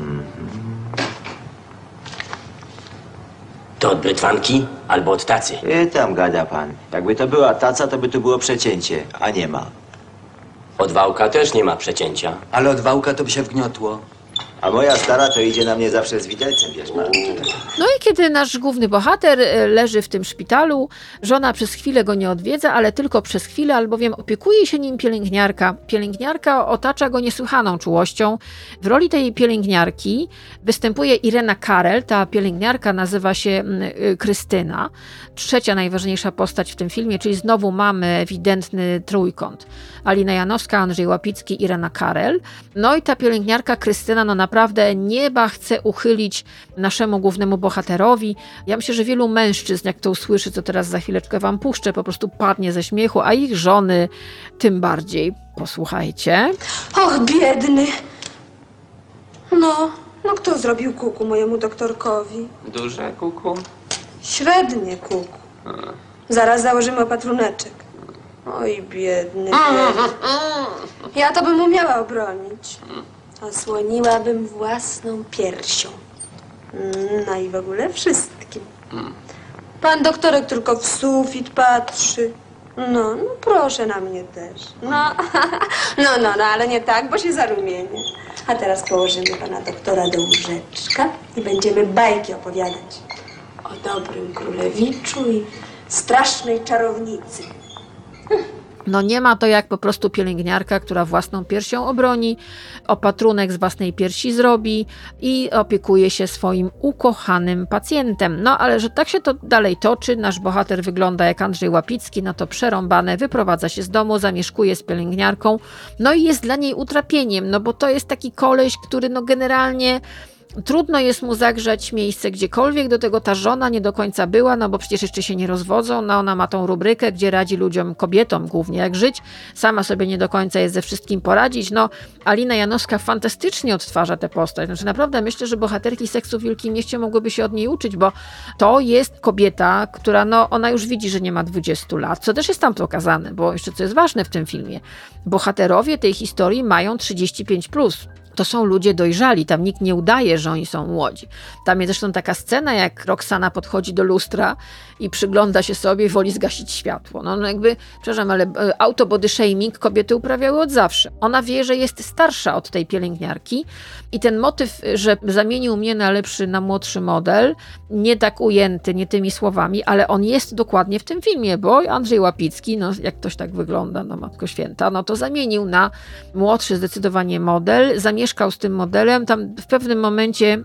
To od brytwanki albo od tacy?
Tam gada pan. Jakby to była taca, to by to było przecięcie, a nie ma.
Od wałka też nie ma przecięcia.
Ale od wałka to by się wgniotło. A moja stara to idzie na mnie zawsze z widelcem, wiesz pan.
No i kiedy nasz główny bohater leży w tym szpitalu, żona przez chwilę go nie odwiedza, ale tylko przez chwilę, albowiem opiekuje się nim pielęgniarka. Pielęgniarka otacza go niesłychaną czułością. W roli tej pielęgniarki występuje Irena Karel. Ta pielęgniarka nazywa się Krystyna. Trzecia najważniejsza postać w tym filmie, czyli znowu mamy ewidentny trójkąt. Alina Janowska, Andrzej Łapicki, Irena Karel. No i ta pielęgniarka Krystyna, no naprawdę nieba chce uchylić naszemu głównemu bohaterowi. Ja myślę, że wielu mężczyzn, jak to usłyszy, co teraz za chwileczkę wam puszczę, po prostu padnie ze śmiechu, a ich żony tym bardziej. Posłuchajcie.
Och, biedny. No kto zrobił kuku mojemu doktorkowi?
Duże kuku?
Średnie kuku. Zaraz założymy opatruneczek. Oj, biedny. Ja to bym umiała obronić. Osłoniłabym własną piersią. No i w ogóle wszystkim. Pan doktorek tylko w sufit patrzy. No proszę na mnie też. No, ale nie tak, bo się zarumienię. A teraz położymy pana doktora do łóżeczka i będziemy bajki opowiadać o dobrym królewiczu i strasznej czarownicy.
No nie ma to jak po prostu pielęgniarka, która własną piersią obroni, opatrunek z własnej piersi zrobi i opiekuje się swoim ukochanym pacjentem. No ale że tak się to dalej toczy, nasz bohater wygląda jak Andrzej Łapicki, no to przerąbane, wyprowadza się z domu, zamieszkuje z pielęgniarką, no i jest dla niej utrapieniem, no bo to jest taki koleś, który no generalnie trudno jest mu zagrzać miejsce gdziekolwiek, do tego ta żona nie do końca była, no bo przecież jeszcze się nie rozwodzą, no ona ma tą rubrykę, gdzie radzi ludziom, kobietom głównie jak żyć, sama sobie nie do końca jest ze wszystkim poradzić, no Alina Janowska fantastycznie odtwarza tę postać, znaczy naprawdę myślę, że bohaterki Seksu w Wielkim Mieście mogłyby się od niej uczyć, bo to jest kobieta, która no ona już widzi, że nie ma 20 lat, co też jest tam pokazane, bo jeszcze co jest ważne w tym filmie, bohaterowie tej historii mają 35+. To są ludzie dojrzali, tam nikt nie udaje, że oni są młodzi. Tam jest zresztą taka scena, jak Roxana podchodzi do lustra i przygląda się sobie i woli zgasić światło. No jakby, przepraszam, ale auto-body shaming kobiety uprawiały od zawsze. Ona wie, że jest starsza od tej pielęgniarki i ten motyw, że zamienił mnie na lepszy, na młodszy model, nie tak ujęty, nie tymi słowami, ale on jest dokładnie w tym filmie, bo Andrzej Łapicki, no jak ktoś tak wygląda, no Matko Święta, no to zamienił na młodszy zdecydowanie model, zamieszkał z tym modelem, tam w pewnym momencie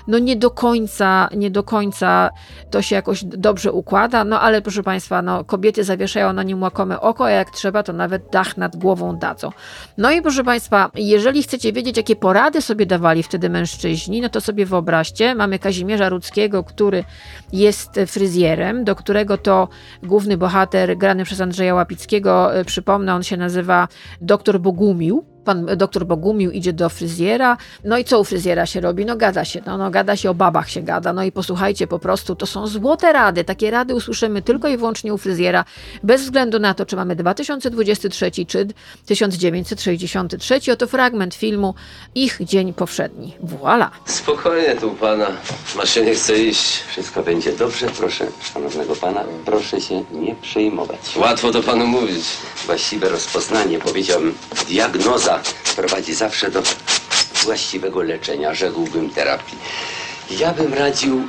no nie do końca to się jakoś dobrze układa, no ale proszę Państwa, no kobiety zawieszają na nim łakome oko, a jak trzeba, to nawet dach nad głową dadzą. No i proszę Państwa, jeżeli chcecie wiedzieć, jakie porady sobie dawali wtedy mężczyźni, no to sobie wyobraźcie, mamy Kazimierza Rudzkiego, który jest fryzjerem, do którego to główny bohater grany przez Andrzeja Łapickiego, przypomnę, on się nazywa doktor Bogumił. Pan doktor Bogumił idzie do fryzjera, no i co u fryzjera się robi? No gada się, gada się, o babach się gada, no i posłuchajcie, po prostu to są złote rady, takie rady usłyszymy tylko i wyłącznie u fryzjera, bez względu na to, czy mamy 2023 czy 1963, oto fragment filmu Ich dzień powszedni. Voilà.
Spokojnie tu pana, maszynie nie chce iść.
Wszystko będzie dobrze, proszę szanownego pana, proszę się nie przejmować.
Łatwo to panu mówić.
Właściwe rozpoznanie, powiedziałbym, diagnoza prowadzi zawsze do właściwego leczenia, rzekłbym terapii. Ja bym radził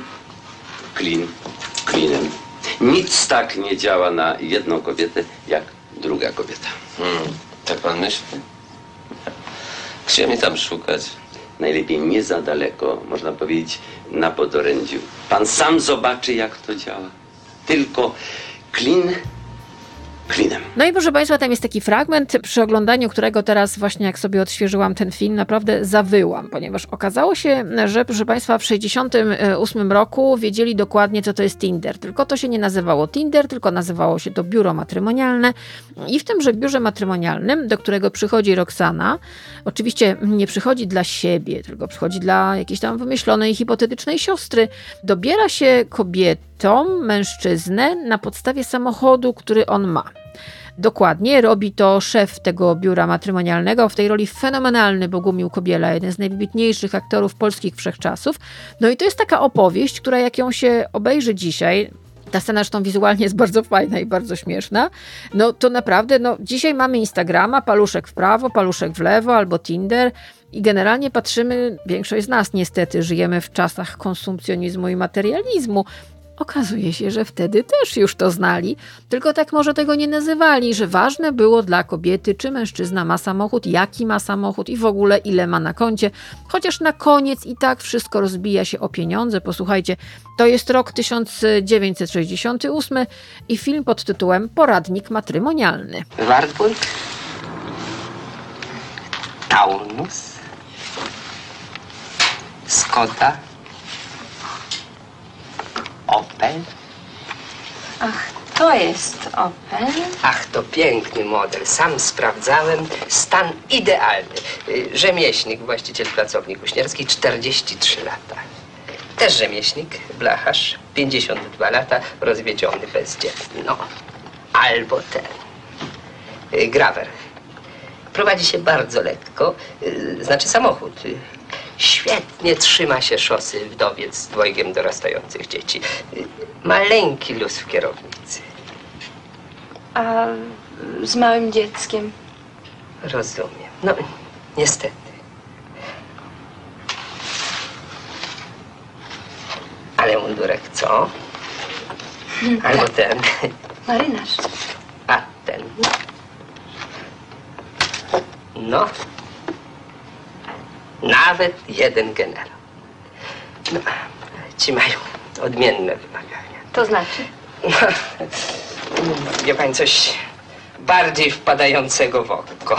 klinem. Nic tak nie działa na jedną kobietę, jak druga kobieta.
Tak pan myśli? Gdzie mi tam szukać?
Najlepiej nie za daleko, można powiedzieć, na podorędziu. Pan sam zobaczy, jak to działa. Tylko klinem.
No i proszę Państwa, tam jest taki fragment, przy oglądaniu którego teraz właśnie jak sobie odświeżyłam ten film, naprawdę zawyłam, ponieważ okazało się, że proszę Państwa w 1968 roku wiedzieli dokładnie, co to jest Tinder. Tylko to się nie nazywało Tinder, tylko nazywało się to biuro matrymonialne i w tymże biurze matrymonialnym, do którego przychodzi Roxana, oczywiście nie przychodzi dla siebie, tylko przychodzi dla jakiejś tam wymyślonej, hipotetycznej siostry, dobiera się kobietom, mężczyznę na podstawie samochodu, który on ma. Dokładnie, robi to szef tego biura matrymonialnego, w tej roli fenomenalny Bogumił Kobiela, jeden z najwybitniejszych aktorów polskich wszechczasów. No i to jest taka opowieść, która jak ją się obejrzy dzisiaj, ta scena zresztą wizualnie jest bardzo fajna i bardzo śmieszna, no to naprawdę, dzisiaj mamy Instagrama, paluszek w prawo, paluszek w lewo albo Tinder i generalnie patrzymy, większość z nas niestety żyjemy w czasach konsumpcjonizmu i materializmu. Okazuje się, że wtedy też już to znali, tylko tak może tego nie nazywali, że ważne było dla kobiety, czy mężczyzna ma samochód, jaki ma samochód i w ogóle ile ma na koncie, chociaż na koniec i tak wszystko rozbija się o pieniądze. Posłuchajcie, to jest rok 1968 i film pod tytułem Poradnik matrymonialny.
Wartburg, Taunus, Skoda, Opel.
Ach, to jest Opel.
Ach, to piękny model. Sam sprawdzałem. Stan idealny. Rzemieślnik, właściciel placowni kuśnierskiej, 43 lata. Też rzemieślnik, blacharz, 52 lata, rozwiedziony, bezdzietny. No, albo ten. Grawer. Prowadzi się bardzo lekko, znaczy samochód. Świetnie trzyma się szosy, wdowiec z dwojgiem dorastających dzieci. Maleńki luz w kierownicy.
A z małym dzieckiem?
Rozumiem. No, niestety. Ale mundurek co? Albo ten.
Marynarz.
A ten. No. Nawet jeden generał. No, ci mają odmienne wymagania.
To znaczy?
Wie pani, coś bardziej wpadającego w oko.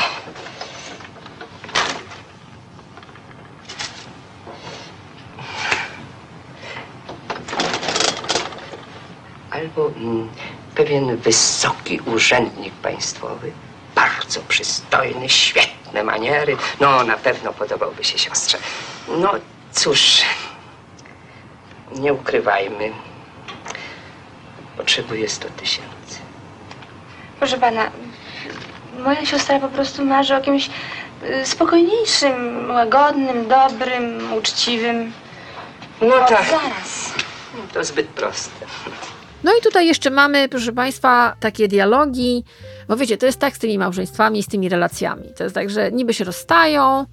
Albo pewien wysoki urzędnik państwowy, bardzo przystojny, świetne maniery. No, na pewno podobałby się siostrze. No, cóż, nie ukrywajmy. Potrzebuję 100 000.
Proszę pana, moja siostra po prostu marzy o kimś spokojniejszym, łagodnym, dobrym, uczciwym.
No tak.
Zaraz.
To zbyt proste.
No i tutaj jeszcze mamy, proszę Państwa, takie dialogi, bo wiecie, to jest tak z tymi małżeństwami, z tymi relacjami. To jest tak, że niby się rozstają,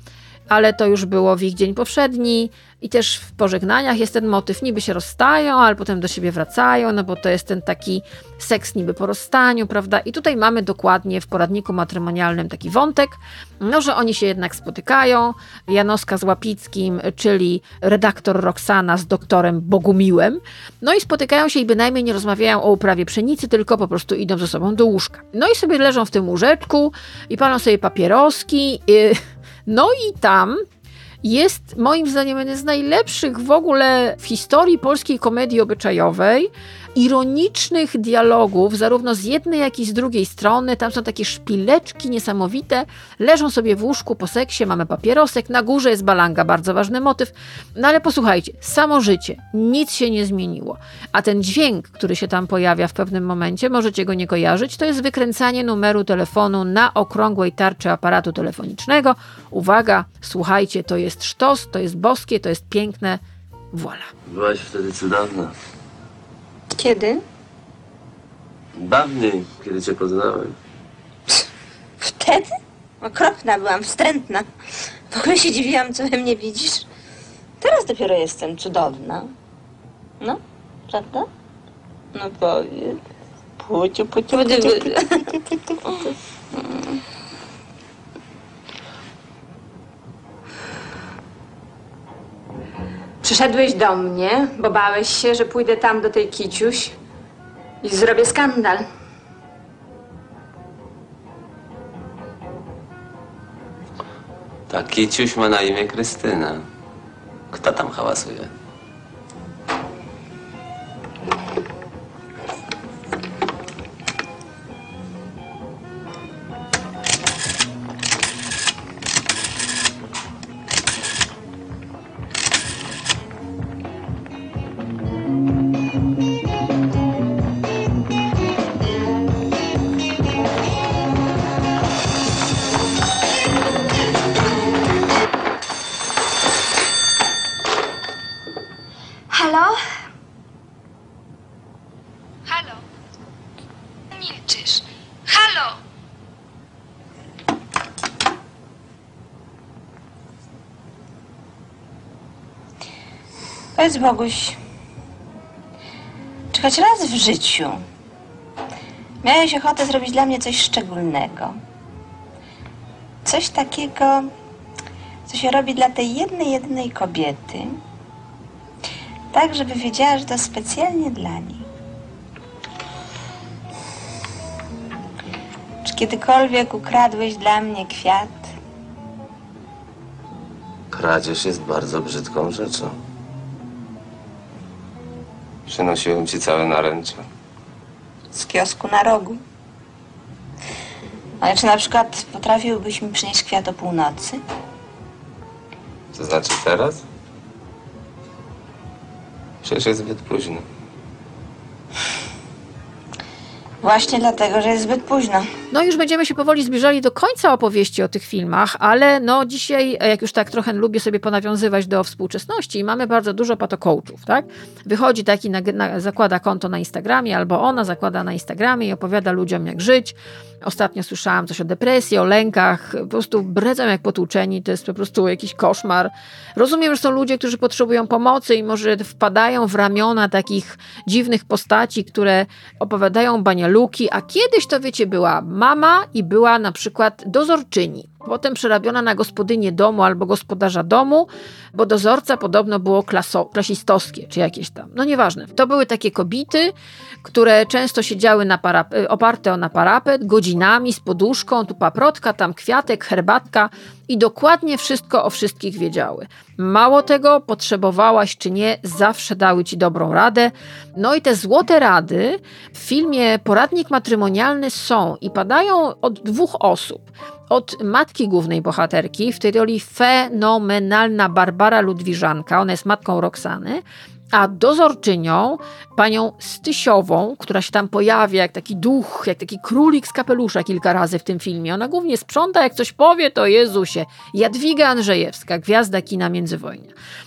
ale to już było w ich dzień powszedni i też w pożegnaniach jest ten motyw, niby się rozstają, ale potem do siebie wracają, no bo to jest ten taki seks niby po rozstaniu, prawda? I tutaj mamy dokładnie w poradniku matrymonialnym taki wątek, no, że oni się jednak spotykają, Janoska z Łapickim, czyli redaktor Roxana z doktorem Bogumiłem, no i spotykają się i bynajmniej nie rozmawiają o uprawie pszenicy, tylko po prostu idą ze sobą do łóżka. No i sobie leżą w tym łóżeczku i palą sobie papieroski, no i tam jest moim zdaniem jeden z najlepszych w ogóle w historii polskiej komedii obyczajowej, ironicznych dialogów, zarówno z jednej, jak i z drugiej strony. Tam są takie szpileczki niesamowite, leżą sobie w łóżku po seksie, mamy papierosek, na górze jest balanga, bardzo ważny motyw. No ale posłuchajcie, samo życie, nic się nie zmieniło. A ten dźwięk, który się tam pojawia w pewnym momencie, możecie go nie kojarzyć, to jest wykręcanie numeru telefonu na okrągłej tarczy aparatu telefonicznego. Uwaga, słuchajcie, to jest sztos, to jest boskie, to jest piękne. Voilà.
Byłaś wtedy cudowna.
Kiedy?
Dawniej, kiedy cię poznałem.
Wtedy? Okropna byłam, wstrętna. W ogóle się dziwiłam, co we mnie widzisz. Teraz dopiero jestem cudowna. No, prawda? No powiedz. Puciu.
Przyszedłeś do mnie, bo bałeś się, że pójdę tam do tej Kiciuś i zrobię skandal.
Ta Kiciuś ma na imię Krystyna. Kto tam hałasuje?
Halo? Halo? Milczysz. Halo?
Powiedz, Boguś, czy choć raz w życiu miałeś ochotę zrobić dla mnie coś szczególnego? Coś takiego, co się robi dla tej jednej kobiety, tak, żeby wiedziała, że to specjalnie dla niej. Czy kiedykolwiek ukradłeś dla mnie kwiat?
Kradzież jest bardzo brzydką rzeczą. Przynosiłem ci całe naręcze.
Z kiosku na rogu. Ale czy na przykład potrafiłbyś mi przynieść kwiat o północy?
To znaczy teraz? Przecież jest zbyt późno.
Właśnie dlatego, że jest zbyt późno.
No już będziemy się powoli zbliżali do końca opowieści o tych filmach, ale no dzisiaj, jak już tak trochę lubię sobie ponawiązywać do współczesności, mamy bardzo dużo patocoachów, tak? Wychodzi taki, zakłada konto na Instagramie, albo ona zakłada na Instagramie i opowiada ludziom, jak żyć. Ostatnio słyszałam coś o depresji, o lękach, po prostu bredzą jak potłuczeni, to jest po prostu jakiś koszmar. Rozumiem, że są ludzie, którzy potrzebują pomocy i może wpadają w ramiona takich dziwnych postaci, które opowiadają banialuki, a kiedyś to wiecie, była mama i była na przykład dozorczyni. Potem przerabiona na gospodynię domu albo gospodarza domu, bo dozorca podobno było klasistowskie, czy jakieś tam. No nieważne. To były takie kobiety, które często siedziały oparte na parapet, godzinami z poduszką, tu paprotka, tam kwiatek, herbatka i dokładnie wszystko o wszystkich wiedziały. Mało tego, potrzebowałaś czy nie, zawsze dały ci dobrą radę. No i te złote rady w filmie Poradnik matrymonialny są i padają od dwóch osób. Od matki głównej bohaterki, w tej roli fenomenalna Barbara Ludwiżanka, ona jest matką Roxany, a dozorczynią panią Stysiową, która się tam pojawia jak taki duch, jak taki królik z kapelusza kilka razy w tym filmie. Ona głównie sprząta, jak coś powie, to Jezusie. Jadwiga Andrzejewska, gwiazda kina międzywojnia.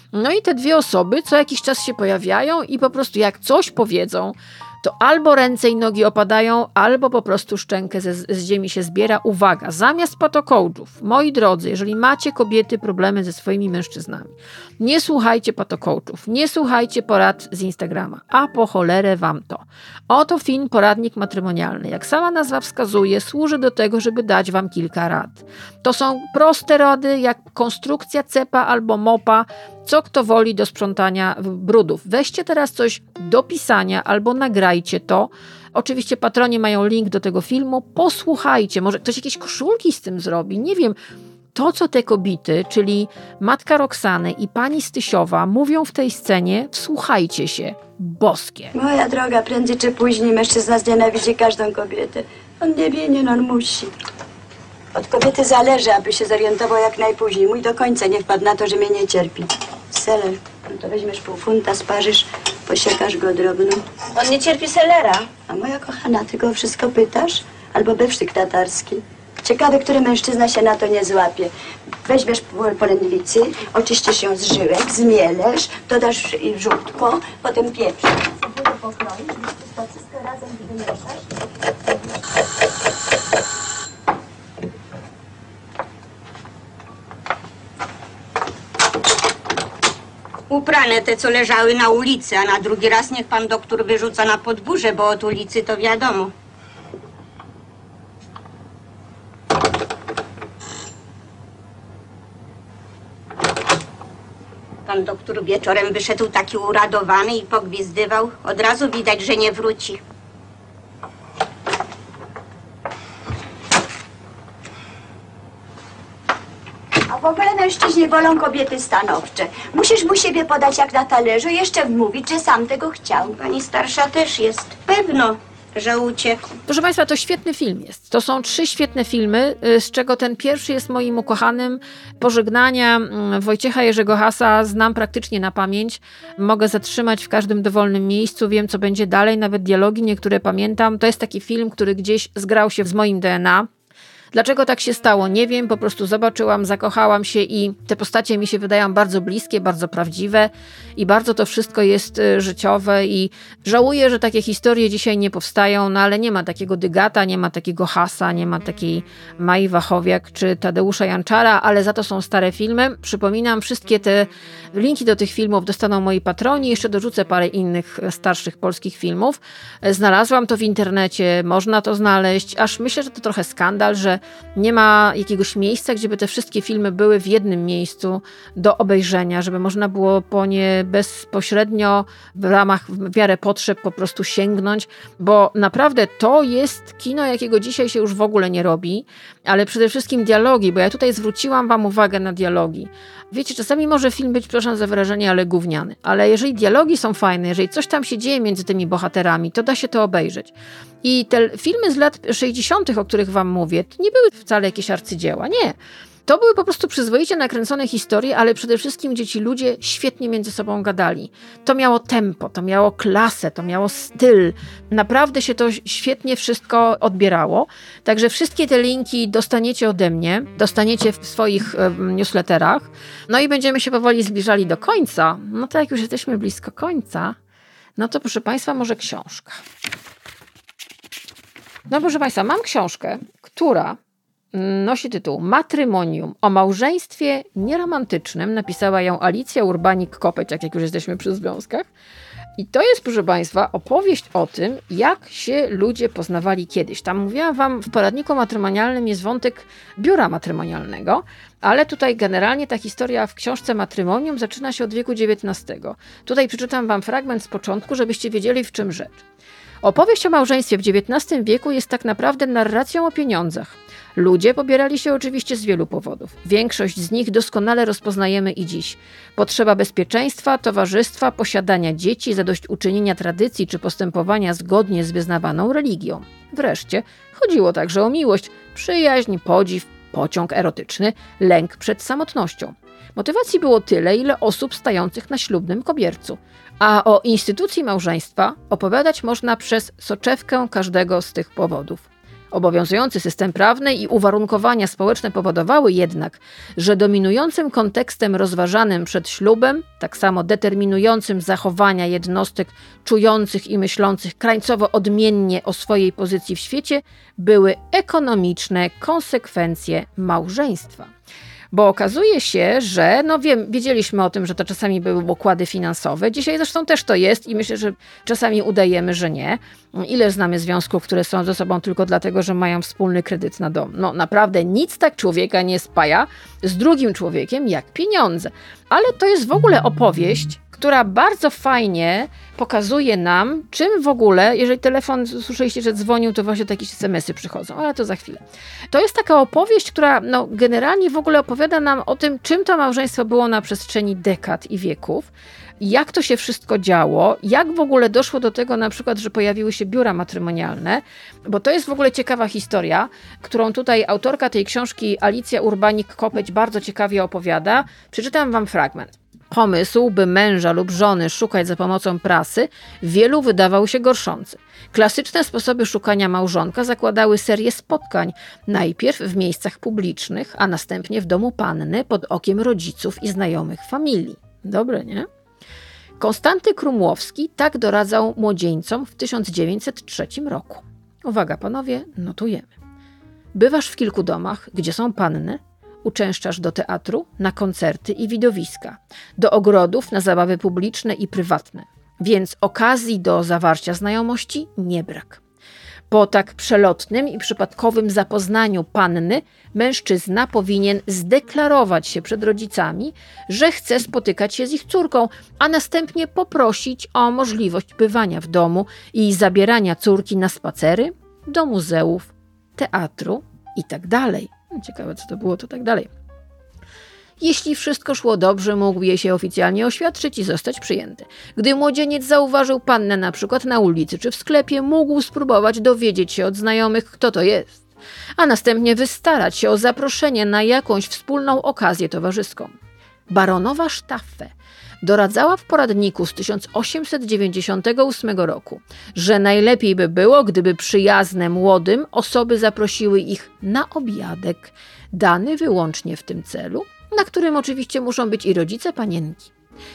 No i te dwie osoby co jakiś czas się pojawiają i po prostu jak coś powiedzą, to albo ręce i nogi opadają, albo po prostu szczękę z ziemi się zbiera. Uwaga, zamiast patocoachów, moi drodzy, jeżeli macie kobiety problemy ze swoimi mężczyznami, nie słuchajcie patocoachów, nie słuchajcie porad z Instagrama, a po cholerę wam to. Oto film Poradnik Matrymonialny. Jak sama nazwa wskazuje, służy do tego, żeby dać wam kilka rad. To są proste rady, jak konstrukcja cepa albo mopa, co kto woli do sprzątania brudów. Weźcie teraz coś do pisania albo nagrajcie to. Oczywiście patroni mają link do tego filmu. Posłuchajcie, może ktoś jakieś koszulki z tym zrobi, nie wiem. To, co te kobiety, czyli matka Roxany i pani Stysiowa mówią w tej scenie, wsłuchajcie się. Boskie.
Moja droga, prędzej czy później mężczyzna znienawidzi każdą kobietę. On nie winien, on musi. Od kobiety zależy, aby się zorientował jak najpóźniej. Mój do końca nie wpadł na to, że mnie nie cierpi. Seler, no to weźmiesz pół funta, sparzysz, posiekasz go drobno.
On nie cierpi selera.
A moja kochana, ty go wszystko pytasz? Albo bewsztyk tatarski. Ciekawe, który mężczyzna się na to nie złapie. Weźmiesz polędwicy, oczyścisz ją z żyłek, zmielesz, dodasz wrzutko, potem pieprz. Cebulę pokroisz, to wszystko razem wymieszasz.
Uprane te, co leżały na ulicy, a na drugi raz niech pan doktor wyrzuca na podwórze, bo od ulicy to wiadomo. Pan doktor wieczorem wyszedł taki uradowany i pogwizdywał. Od razu widać, że nie wróci.
A w ogóle mężczyźni wolą kobiety stanowcze. Musisz mu siebie podać jak na talerzu i jeszcze wmówić, że sam tego chciał.
Pani starsza też jest. Pewno, że uciekł.
Proszę Państwa, to świetny film jest. To są 3 świetne filmy, z czego ten pierwszy jest moim ukochanym. Pożegnania Wojciecha Jerzego Hasa znam praktycznie na pamięć. Mogę zatrzymać w każdym dowolnym miejscu, wiem co będzie dalej, nawet dialogi niektóre pamiętam. To jest taki film, który gdzieś zgrał się z moim DNA. Dlaczego tak się stało? Nie wiem, po prostu zobaczyłam, zakochałam się i te postacie mi się wydają bardzo bliskie, bardzo prawdziwe i bardzo to wszystko jest życiowe i żałuję, że takie historie dzisiaj nie powstają, no ale nie ma takiego Dygata, nie ma takiego Hasa, nie ma takiej Mai Wachowiak czy Tadeusza Janczara, ale za to są stare filmy. Przypominam, wszystkie te linki do tych filmów dostaną moi patroni, jeszcze dorzucę parę innych starszych polskich filmów. Znalazłam to w internecie, można to znaleźć, aż myślę, że to trochę skandal, że nie ma jakiegoś miejsca, gdzie by te wszystkie filmy były w jednym miejscu do obejrzenia, żeby można było po nie bezpośrednio w ramach, w miarę potrzeb po prostu sięgnąć, bo naprawdę to jest kino, jakiego dzisiaj się już w ogóle nie robi, ale przede wszystkim dialogi, bo ja tutaj zwróciłam wam uwagę na dialogi. Wiecie, czasami może film być, przepraszam za wyrażenie, ale gówniany, ale jeżeli dialogi są fajne, jeżeli coś tam się dzieje między tymi bohaterami, to da się to obejrzeć. I te filmy z lat 60., o których wam mówię, to nie były wcale jakieś arcydzieła, nie. To były po prostu przyzwoicie nakręcone historie, ale przede wszystkim, gdzie ci ludzie świetnie między sobą gadali. To miało tempo, to miało klasę, to miało styl. Naprawdę się to świetnie wszystko odbierało. Także wszystkie te linki dostaniecie ode mnie, dostaniecie w swoich newsletterach. No i będziemy się powoli zbliżali do końca. No to jak już jesteśmy blisko końca, no to proszę Państwa, może książka. No proszę Państwa, mam książkę, która nosi tytuł Matrymonium. O małżeństwie nieromantycznym. Napisała ją Alicja Urbanik-Kopeć, jak już jesteśmy przy związkach. I to jest, proszę Państwa, opowieść o tym, jak się ludzie poznawali kiedyś. Tam mówiłam wam, w poradniku matrymonialnym jest wątek biura matrymonialnego, ale tutaj generalnie ta historia w książce Matrymonium zaczyna się od wieku XIX. Tutaj przeczytam wam fragment z początku, żebyście wiedzieli, w czym rzecz. Opowieść o małżeństwie w XIX wieku jest tak naprawdę narracją o pieniądzach. Ludzie pobierali się oczywiście z wielu powodów. Większość z nich doskonale rozpoznajemy i dziś. Potrzeba bezpieczeństwa, towarzystwa, posiadania dzieci, zadośćuczynienia tradycji czy postępowania zgodnie z wyznawaną religią. Wreszcie chodziło także o miłość, przyjaźń, podziw, pociąg erotyczny, lęk przed samotnością. Motywacji było tyle, ile osób stających na ślubnym kobiercu. A o instytucji małżeństwa opowiadać można przez soczewkę każdego z tych powodów. Obowiązujący system prawny i uwarunkowania społeczne powodowały jednak, że dominującym kontekstem rozważanym przed ślubem, tak samo determinującym zachowania jednostek czujących i myślących krańcowo odmiennie o swojej pozycji w świecie, były ekonomiczne konsekwencje małżeństwa. Bo okazuje się, że, wiedzieliśmy o tym, że to czasami były układy finansowe. Dzisiaj zresztą też to jest i myślę, że czasami udajemy, że nie. Ile znamy związków, które są ze sobą tylko dlatego, że mają wspólny kredyt na dom. Naprawdę nic tak człowieka nie spaja z drugim człowiekiem jak pieniądze. Ale to jest w ogóle opowieść, która bardzo fajnie pokazuje nam, czym w ogóle, jeżeli telefon, słyszeliście, że dzwonił, to właśnie takie SMS-y przychodzą, ale to za chwilę. To jest taka opowieść, która generalnie w ogóle opowiada nam o tym, czym to małżeństwo było na przestrzeni dekad i wieków, jak to się wszystko działo, jak w ogóle doszło do tego na przykład, że pojawiły się biura matrymonialne, bo to jest w ogóle ciekawa historia, którą tutaj autorka tej książki Alicja Urbanik-Kopeć bardzo ciekawie opowiada. Przeczytam wam fragment. Pomysł, by męża lub żony szukać za pomocą prasy, wielu wydawał się gorszący. Klasyczne sposoby szukania małżonka zakładały serię spotkań, najpierw w miejscach publicznych, a następnie w domu panny pod okiem rodziców i znajomych familii. Dobre, nie? Konstanty Krumłowski tak doradzał młodzieńcom w 1903 roku. Uwaga, panowie, notujemy. Bywasz w kilku domach, gdzie są panny, uczęszczasz do teatru, na koncerty i widowiska, do ogrodów, na zabawy publiczne i prywatne, więc okazji do zawarcia znajomości nie brak. Po tak przelotnym i przypadkowym zapoznaniu panny, mężczyzna powinien zdeklarować się przed rodzicami, że chce spotykać się z ich córką, a następnie poprosić o możliwość bywania w domu i zabierania córki na spacery, do muzeów, teatru itd. Ciekawe, co to było, to tak dalej. Jeśli wszystko szło dobrze, mógł jej się oficjalnie oświadczyć i zostać przyjęty. Gdy młodzieniec zauważył pannę na przykład na ulicy czy w sklepie, mógł spróbować dowiedzieć się od znajomych, kto to jest, a następnie wystarać się o zaproszenie na jakąś wspólną okazję towarzyską. Baronowa Staffe doradzała w poradniku z 1898 roku, że najlepiej by było, gdyby przyjazne młodym osoby zaprosiły ich na obiadek, dany wyłącznie w tym celu, na którym oczywiście muszą być i rodzice panienki.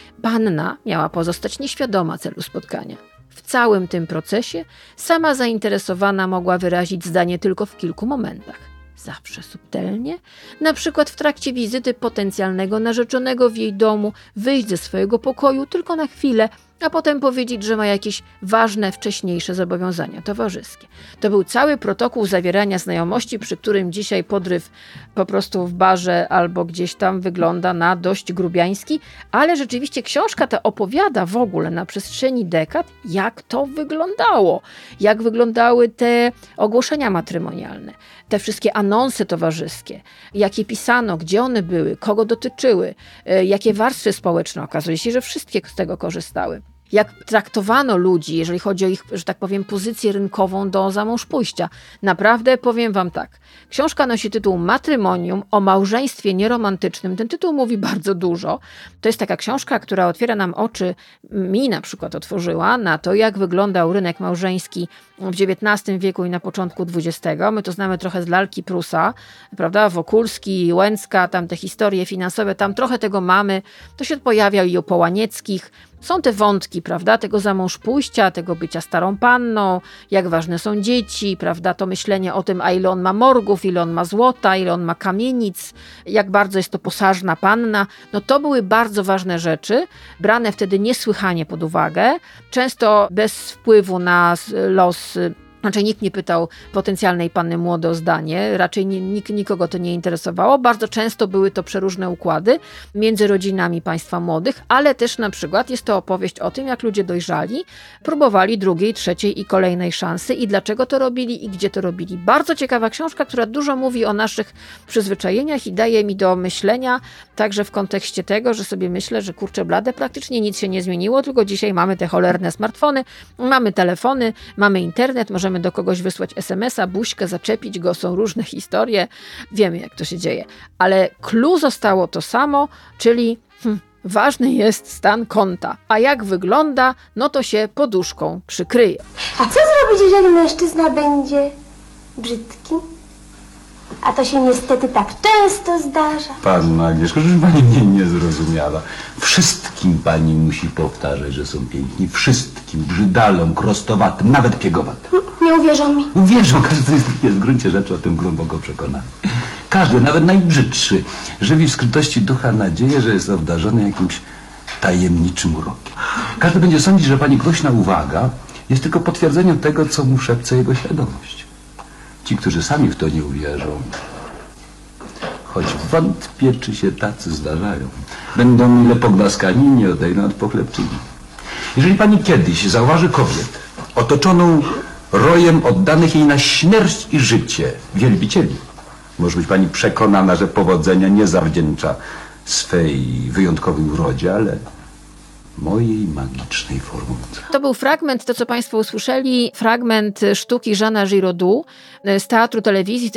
Panna miała pozostać nieświadoma celu spotkania. W całym tym procesie sama zainteresowana mogła wyrazić zdanie tylko w kilku momentach. Zawsze subtelnie, na przykład w trakcie wizyty potencjalnego narzeczonego w jej domu, wyjść ze swojego pokoju tylko na chwilę, a potem powiedzieć, że ma jakieś ważne, wcześniejsze zobowiązania towarzyskie. To był cały protokół zawierania znajomości, przy którym dzisiaj podryw po prostu w barze albo gdzieś tam wygląda na dość grubiański, ale rzeczywiście książka ta opowiada w ogóle na przestrzeni dekad, jak to wyglądało, jak wyglądały te ogłoszenia matrymonialne, te wszystkie anonsy towarzyskie, jakie pisano, gdzie one były, kogo dotyczyły, jakie warstwy społeczne, okazuje się, że wszystkie z tego korzystały. Jak traktowano ludzi, jeżeli chodzi o ich, że tak powiem, pozycję rynkową do zamążpójścia. Naprawdę powiem wam tak. Książka nosi tytuł Matrymonium o małżeństwie nieromantycznym. Ten tytuł mówi bardzo dużo. To jest taka książka, która otwiera nam oczy, mi na przykład otworzyła, na to, jak wyglądał rynek małżeński w XIX wieku i na początku XX. My to znamy trochę z lalki Prusa, prawda? Wokulski, Łęcka, tam te historie finansowe, tam trochę tego mamy. To się pojawia i u Połanieckich. Są te wątki, prawda, tego zamążpójścia, tego bycia starą panną, jak ważne są dzieci, prawda, to myślenie o tym, a ile on ma morgów, ile on ma złota, ile on ma kamienic, jak bardzo jest to posażna panna. No to były bardzo ważne rzeczy, brane wtedy niesłychanie pod uwagę, często bez wpływu na los. Znaczy nikt nie pytał potencjalnej panny młodej o zdanie, raczej nikogo to nie interesowało. Bardzo często były to przeróżne układy między rodzinami państwa młodych, ale też na przykład jest to opowieść o tym, jak ludzie dojrzali, próbowali drugiej, trzeciej i kolejnej szansy i dlaczego to robili i gdzie to robili. Bardzo ciekawa książka, która dużo mówi o naszych przyzwyczajeniach i daje mi do myślenia także w kontekście tego, że sobie myślę, że kurczę blade, praktycznie nic się nie zmieniło, tylko dzisiaj mamy te cholerne smartfony, mamy telefony, mamy internet, możemy do kogoś wysłać SMS-a, buźkę, zaczepić go, są różne historie, wiemy jak to się dzieje, ale clue zostało to samo, czyli ważny jest stan konta, a jak wygląda, no to się poduszką przykryje.
A co zrobić, jeżeli mężczyzna będzie
brzydki? A to się niestety tak często zdarza.
Panno Agnieszko, żeby pani mnie nie zrozumiała. Wszystkim pani musi powtarzać, że są piękni. Wszystkim. Brzydalom, krostowatym, nawet piegowatym.
Nie uwierzą mi.
Uwierzą, każdy jest w gruncie rzeczy o tym głęboko przekonany. Każdy, nawet najbrzydszy, żywi w skrytości ducha nadzieję, że jest obdarzony jakimś tajemniczym urokiem. Każdy będzie sądzić, że pani głośna uwaga jest tylko potwierdzeniem tego, co mu szepce jego świadomość. Ci, którzy sami w to nie uwierzą, choć wątpię, czy się tacy zdarzają, będą mile pogłaskani i nie odejdą od pochlebczyni. Jeżeli pani kiedyś zauważy kobietę otoczoną rojem oddanych jej na śmierć i życie wielbicieli, może być pani przekonana, że powodzenia nie zawdzięcza swej wyjątkowej urodzie, ale mojej magicznej formułce.
To był fragment, to co Państwo usłyszeli, fragment sztuki Jeana Giraudoux z Teatru Telewizji z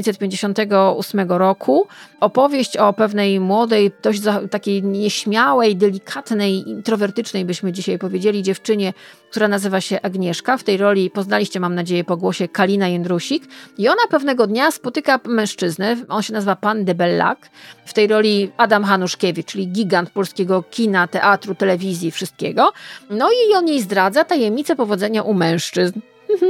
1958 roku. Opowieść o pewnej młodej, dość takiej nieśmiałej, delikatnej, introwertycznej, byśmy dzisiaj powiedzieli, dziewczynie, która nazywa się Agnieszka. W tej roli poznaliście, mam nadzieję, po głosie Kalina Jędrusik. I ona pewnego dnia spotyka mężczyznę, on się nazywa Pan de Bellac. W tej roli Adam Hanuszkiewicz, czyli gigant polskiego kina, teatru, telewizji, wszystkiego. No i on jej zdradza tajemnicę powodzenia u mężczyzn.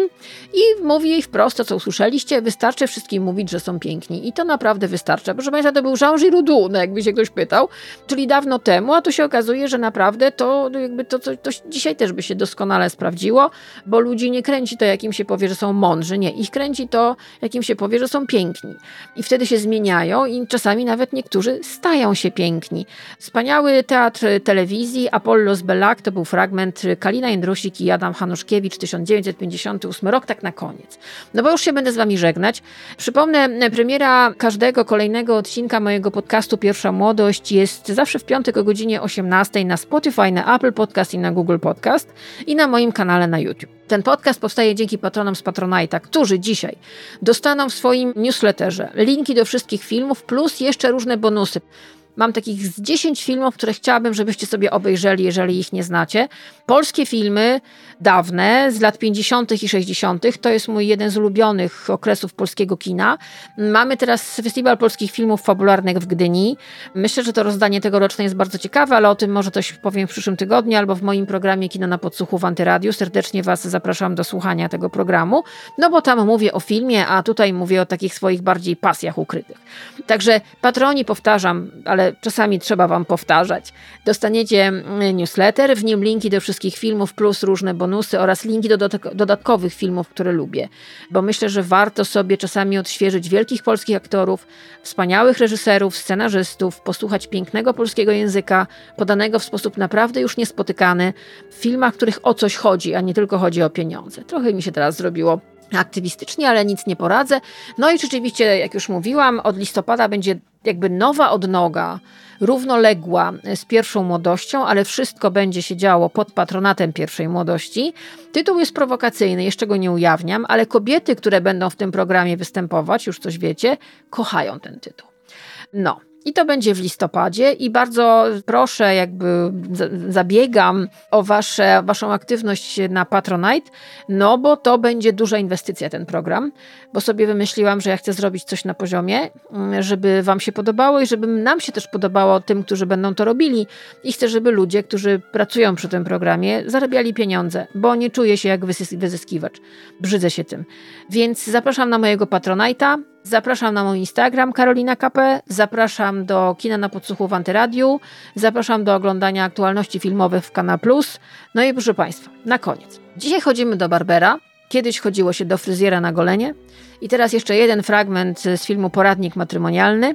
I mówi jej wprost to, co usłyszeliście, wystarczy wszystkim mówić, że są piękni. I to naprawdę wystarcza. Proszę Państwa, to był Jean Giraudoux, no jakby się ktoś pytał, czyli dawno temu, a tu się okazuje, że naprawdę to jakby to dzisiaj też by się doskonale sprawdziło, bo ludzi nie kręci to, jak im się powie, że są mądrzy. Nie, ich kręci to, jak im się powie, że są piękni. I wtedy się zmieniają i czasami nawet niektórzy stają się piękni. Wspaniały teatr telewizji, Apollo z Bellac, to był fragment Kalina Jędrusik i Adam Hanuszkiewicz, 1958 rok, tak na koniec. No bo już się będę z wami żegnać. Przypomnę, premiera każdego kolejnego odcinka mojego podcastu Pierwsza Młodość jest zawsze w piątek o godzinie 18 na Spotify, na Apple Podcast i na Google Podcast i na moim kanale na YouTube. Ten podcast powstaje dzięki patronom z Patronite'a, którzy dzisiaj dostaną w swoim newsletterze linki do wszystkich filmów plus jeszcze różne bonusy. Mam takich z 10 filmów, które chciałabym, żebyście sobie obejrzeli, jeżeli ich nie znacie. Polskie filmy dawne, z lat 50. i 60. To jest mój jeden z ulubionych okresów polskiego kina. Mamy teraz Festiwal Polskich Filmów Fabularnych w Gdyni. Myślę, że to rozdanie tegoroczne jest bardzo ciekawe, ale o tym może coś powiem w przyszłym tygodniu albo w moim programie Kino na Podsłuchu w Antyradiu. Serdecznie Was zapraszam do słuchania tego programu, no bo tam mówię o filmie, a tutaj mówię o takich swoich bardziej pasjach ukrytych. Także patroni, powtarzam, ale czasami trzeba wam powtarzać. Dostaniecie newsletter, w nim linki do wszystkich filmów plus różne bonusy oraz linki do dodatkowych filmów, które lubię. Bo myślę, że warto sobie czasami odświeżyć wielkich polskich aktorów, wspaniałych reżyserów, scenarzystów, posłuchać pięknego polskiego języka, podanego w sposób naprawdę już niespotykany, w filmach, w których o coś chodzi, a nie tylko chodzi o pieniądze. Trochę mi się teraz zrobiło aktywistycznie, ale nic nie poradzę. No i rzeczywiście, jak już mówiłam, od listopada będzie jakby nowa odnoga, równoległa z Pierwszą Młodością, ale wszystko będzie się działo pod patronatem Pierwszej Młodości. Tytuł jest prowokacyjny, jeszcze go nie ujawniam, ale kobiety, które będą w tym programie występować, już coś wiecie, kochają ten tytuł. No. I to będzie w listopadzie i bardzo proszę, jakby zabiegam o waszą aktywność na Patronite, no bo to będzie duża inwestycja ten program, bo sobie wymyśliłam, że ja chcę zrobić coś na poziomie, żeby wam się podobało i żeby nam się też podobało tym, którzy będą to robili i chcę, żeby ludzie, którzy pracują przy tym programie, zarabiali pieniądze, bo nie czuję się jak wyzyskiwacz. Brzydzę się tym. Więc zapraszam na mojego Patronite'a. Zapraszam na mój Instagram Karolina KP, zapraszam do Kina na Podsłuchu w Antyradiu, zapraszam do oglądania aktualności filmowych w Kanal Plus. No i proszę Państwa, na koniec. Dzisiaj chodzimy do barbera, kiedyś chodziło się do fryzjera na golenie i teraz jeszcze jeden fragment z filmu Poradnik matrymonialny.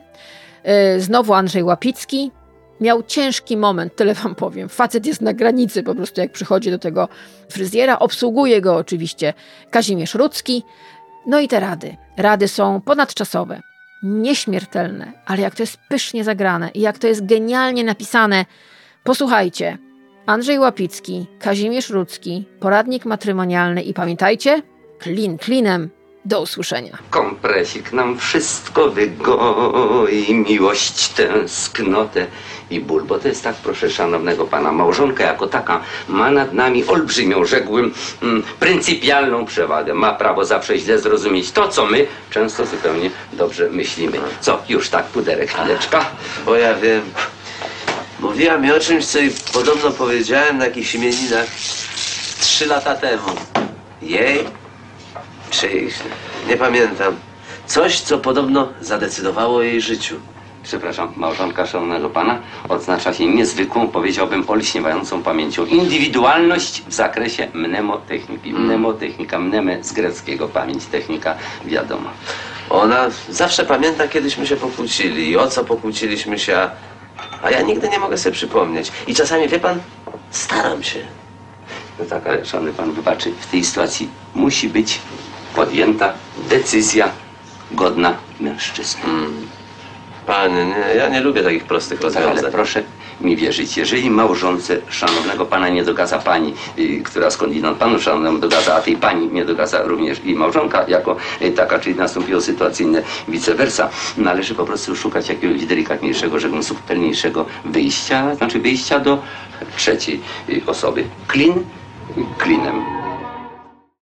Znowu Andrzej Łapicki. Miał ciężki moment, tyle wam powiem. Facet jest na granicy po prostu, jak przychodzi do tego fryzjera. Obsługuje go oczywiście Kazimierz Rudzki. No i te rady. Rady są ponadczasowe, nieśmiertelne, ale jak to jest pysznie zagrane i jak to jest genialnie napisane. Posłuchajcie. Andrzej Łapicki, Kazimierz Rudzki, Poradnik matrymonialny i pamiętajcie, klin klinem, Do usłyszenia.
Kompresik nam wszystko wygoi, miłość, tęsknotę i ból, bo to jest tak, proszę szanownego pana, małżonka jako taka ma nad nami olbrzymią, rzekłbym, pryncypialną przewagę. Ma prawo zawsze źle zrozumieć to, co my często zupełnie dobrze myślimy. Co, już tak, puderek, chwileczka.
Bo ja wiem. Mówiła mi o czymś, co jej podobno powiedziałem na jakichś imieninach 3 lata temu. Jej? Czyjś? Nie pamiętam. Coś, co podobno zadecydowało o jej życiu.
Przepraszam, małżonka szanownego pana odznacza się niezwykłą, powiedziałbym, olśniewającą pamięcią. Indywidualność w zakresie mnemotechniki. Mnemotechnika, mneme z greckiego, pamięć, technika, wiadomo.
Ona zawsze pamięta, kiedyśmy się pokłócili i o co pokłóciliśmy się, a ja nigdy nie mogę sobie przypomnieć. I czasami, wie pan, staram się.
No tak, ale szanowny pan wybaczy, w tej sytuacji musi być podjęta decyzja godna mężczyzny.
Panie, nie, ja nie lubię takich prostych rozwiązań.
Ale proszę mi wierzyć, jeżeli małżonce szanownego pana nie dogadza pani, która skądinąd panu szanownemu dogadza, a tej pani nie dogadza również i małżonka jako taka, czyli nastąpiło sytuacyjne vice versa, należy po prostu szukać jakiegoś delikatniejszego, rzekłbym, subtelniejszego wyjścia, znaczy wyjścia do trzeciej osoby. Klin klinem.